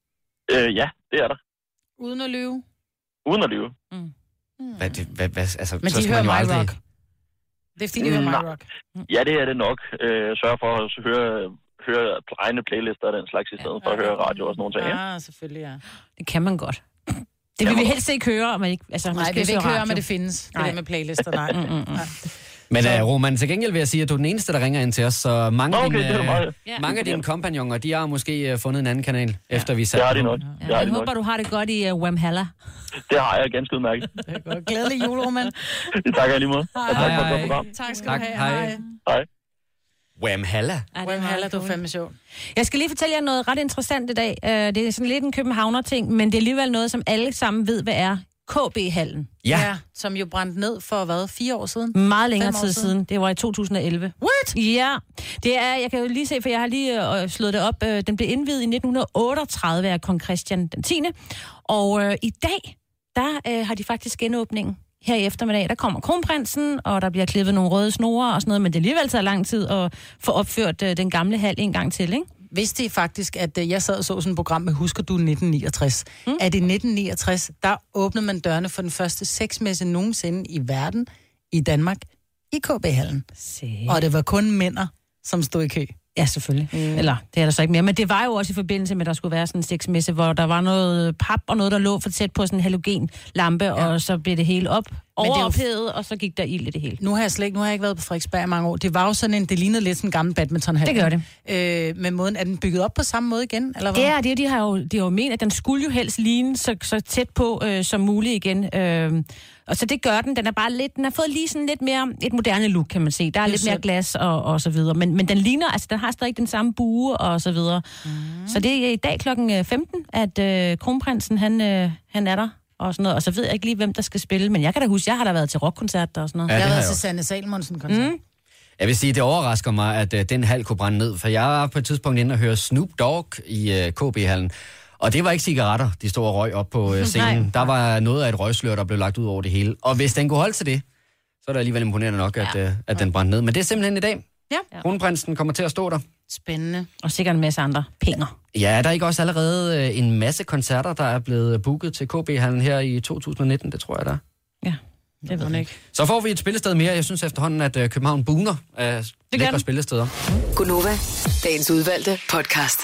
Øh, ja, det er der. Uden at lyve. Uden at lyve. Mm. Hvad, det, hvad, hvad, altså, Men så de skal hører man jo My aldrig... Rock. Det er fordi, de hører My Nej. Rock. Ja, det er det nok. Øh, sørg for at høre, høre egne playlister og den slags, i stedet for at høre radio og sådan nogle ting. Ja? Ah, selvfølgelig, ja. Det kan man godt. Det vil vi helst ikke høre, men ikke... Altså, Nej, vi vil ikke høre om, at det findes. Det Nej. der med playlister, nej. mm, mm, mm. Men uh, Roman, til gengæld vil jeg sige, at du er den eneste, der ringer ind til os, så mange, Okay, dine, det er uh, meget. mange af dine kompagnoner, de har måske uh, fundet en anden kanal, ja. efter vi satte Det har de på. nok. Ja, Det har jeg de nok. håber, du har det godt i uh, Whamhalla. Det har jeg ganske udmærket. Glædelig jul, Roman. Det takker jeg lige måde. Og tak for et Hej. godt program. Tak skal Tak, du have. hej. Hej. Whamhalla. Whamhalla, du er fandme sjov. Jeg skal lige fortælle jer noget ret interessant i dag. Uh, det er sådan lidt en københavner-ting, men det er alligevel noget, som alle sammen ved, hvad er. K B-hallen. Ja. Ja, som jo brændte ned for, hvad, fire år siden? Meget længere Fem år tid siden. siden. Det var i to tusind og elleve. What? Ja, det er, jeg kan jo lige se, for jeg har lige øh, slået det op. Øh, den blev indviet i nitten otteogtredive af kong Christian den tiende. Og øh, i dag, der øh, har de faktisk genåbning. Her i eftermiddag, der kommer kronprinsen, og der bliver klippet nogle røde snore og sådan noget, men det alligevel tager lang tid at få opført øh, den gamle hal en gang til, ikke? Vidste I faktisk, at øh, jeg sad og så sådan et program med Husker du nitten niogtres? Mm. At i nitten niogtres, der åbnede man dørene for den første sexmesse nogensinde i verden, i Danmark, i K B-hallen. Se. Og det var kun mænder, som stod i kø. Ja, selvfølgelig. Mm. Eller, det er der så ikke mere. Men det var jo også i forbindelse med, at der skulle være sådan en sexmesse, hvor der var noget pap og noget, der lå for tæt på sådan en halogenlampe, ja. Og så blev det hele op, overophedet, og så gik der ild i det hele. Nu har jeg slet ikke, nu har jeg ikke været på Frederiksberg i mange år. Det var jo sådan en, det lignede lidt sådan en gammel badmintonhal. Det gør det. Øh, med måden, er den bygget op på samme måde igen, eller hvad? Det er det, de har jo, de har jo ment, at den skulle jo helst ligne så, så tæt på øh, som muligt igen. Øh, og så det gør den. Den er bare lidt, den har fået lige sådan lidt mere et moderne look, kan man se. Der er, er lidt mere glas og, og så videre. Men, men den ligner, altså den har stadig den samme bue og så videre. Mm. Så det er i dag klokken femten, at øh, kronprinsen, han, øh, han er der. Og, sådan noget. Og så ved jeg ikke lige, hvem der skal spille. Men jeg kan da huske, jeg har da været til rockkoncerter og sådan noget. Ja, jeg har har været jeg til Sanne Salmonsen-koncert. Mm. Jeg vil sige, det overrasker mig, at uh, den hal kunne brænde ned, for jeg var på et tidspunkt inde og høre Snoop Dogg i uh, K B-hallen. Og det var ikke cigaretter, de stod og røg op på uh, scenen. Der var noget af et røgslør, der blev lagt ud over det hele. Og hvis den kunne holde til det, så er det alligevel imponerende nok, at, uh, at den brændte ned. Men det er simpelthen i dag. Ja. Kronprinsen kommer til at stå der. Spændende. Og sikkert en masse andre penger. Ja, er der ikke også allerede uh, en masse koncerter, der er blevet booket til K B-hallen her i to tusind nitten? Det tror jeg, der er. Ja, det ved jeg ikke. Så får vi et spillested mere. Jeg synes efterhånden, at uh, København buner af lækre spillesteder. Gunova, dagens udvalgte podcast.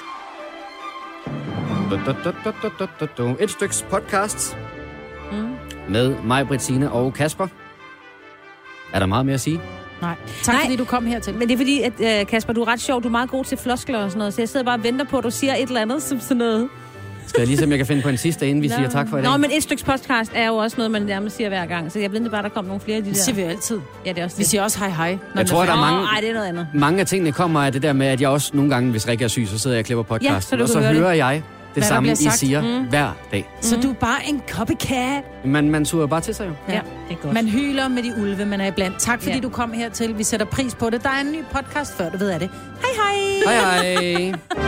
Et styks podcast mm. med mig, Britt, Signe og Kasper. Er der meget mere at sige? Nej. Tak Nej, fordi du kom hertil. Men det er fordi, at uh, Kasper, du er ret sjov. Du er meget god til floskler og sådan noget, så jeg sidder bare og venter på, at du siger et eller andet som sådan noget. Skal jeg lige se, om jeg kan finde på en sidste, inden vi Nå. siger tak for i dag? Nå, men et stykke podcast er jo også noget, man nærmest siger hver gang. Så jeg ved bare, der kommer nogle flere af de der. Det siger vi altid. Ja, det er også det. Vi siger også hej hej. Jeg tror, der er mange, Nej, det er noget andet. mange af tingene kommer af det der med, at jeg også nogle gange, hvis Rikke er syg, så sidder jeg og klipper podcast. Ja, så du og så kan høre hører det. jeg det Hvad der samme, bliver I sagt. siger Mm. hver dag. Så du er bare en copycat. Man, man suger bare til sig jo. Ja, det er godt. Man hyler med de ulve, man er iblandt. Tak fordi Ja. du kom hertil. Vi sætter pris på det. Der er en ny podcast, før du ved af det. Hej hej. Hej hej.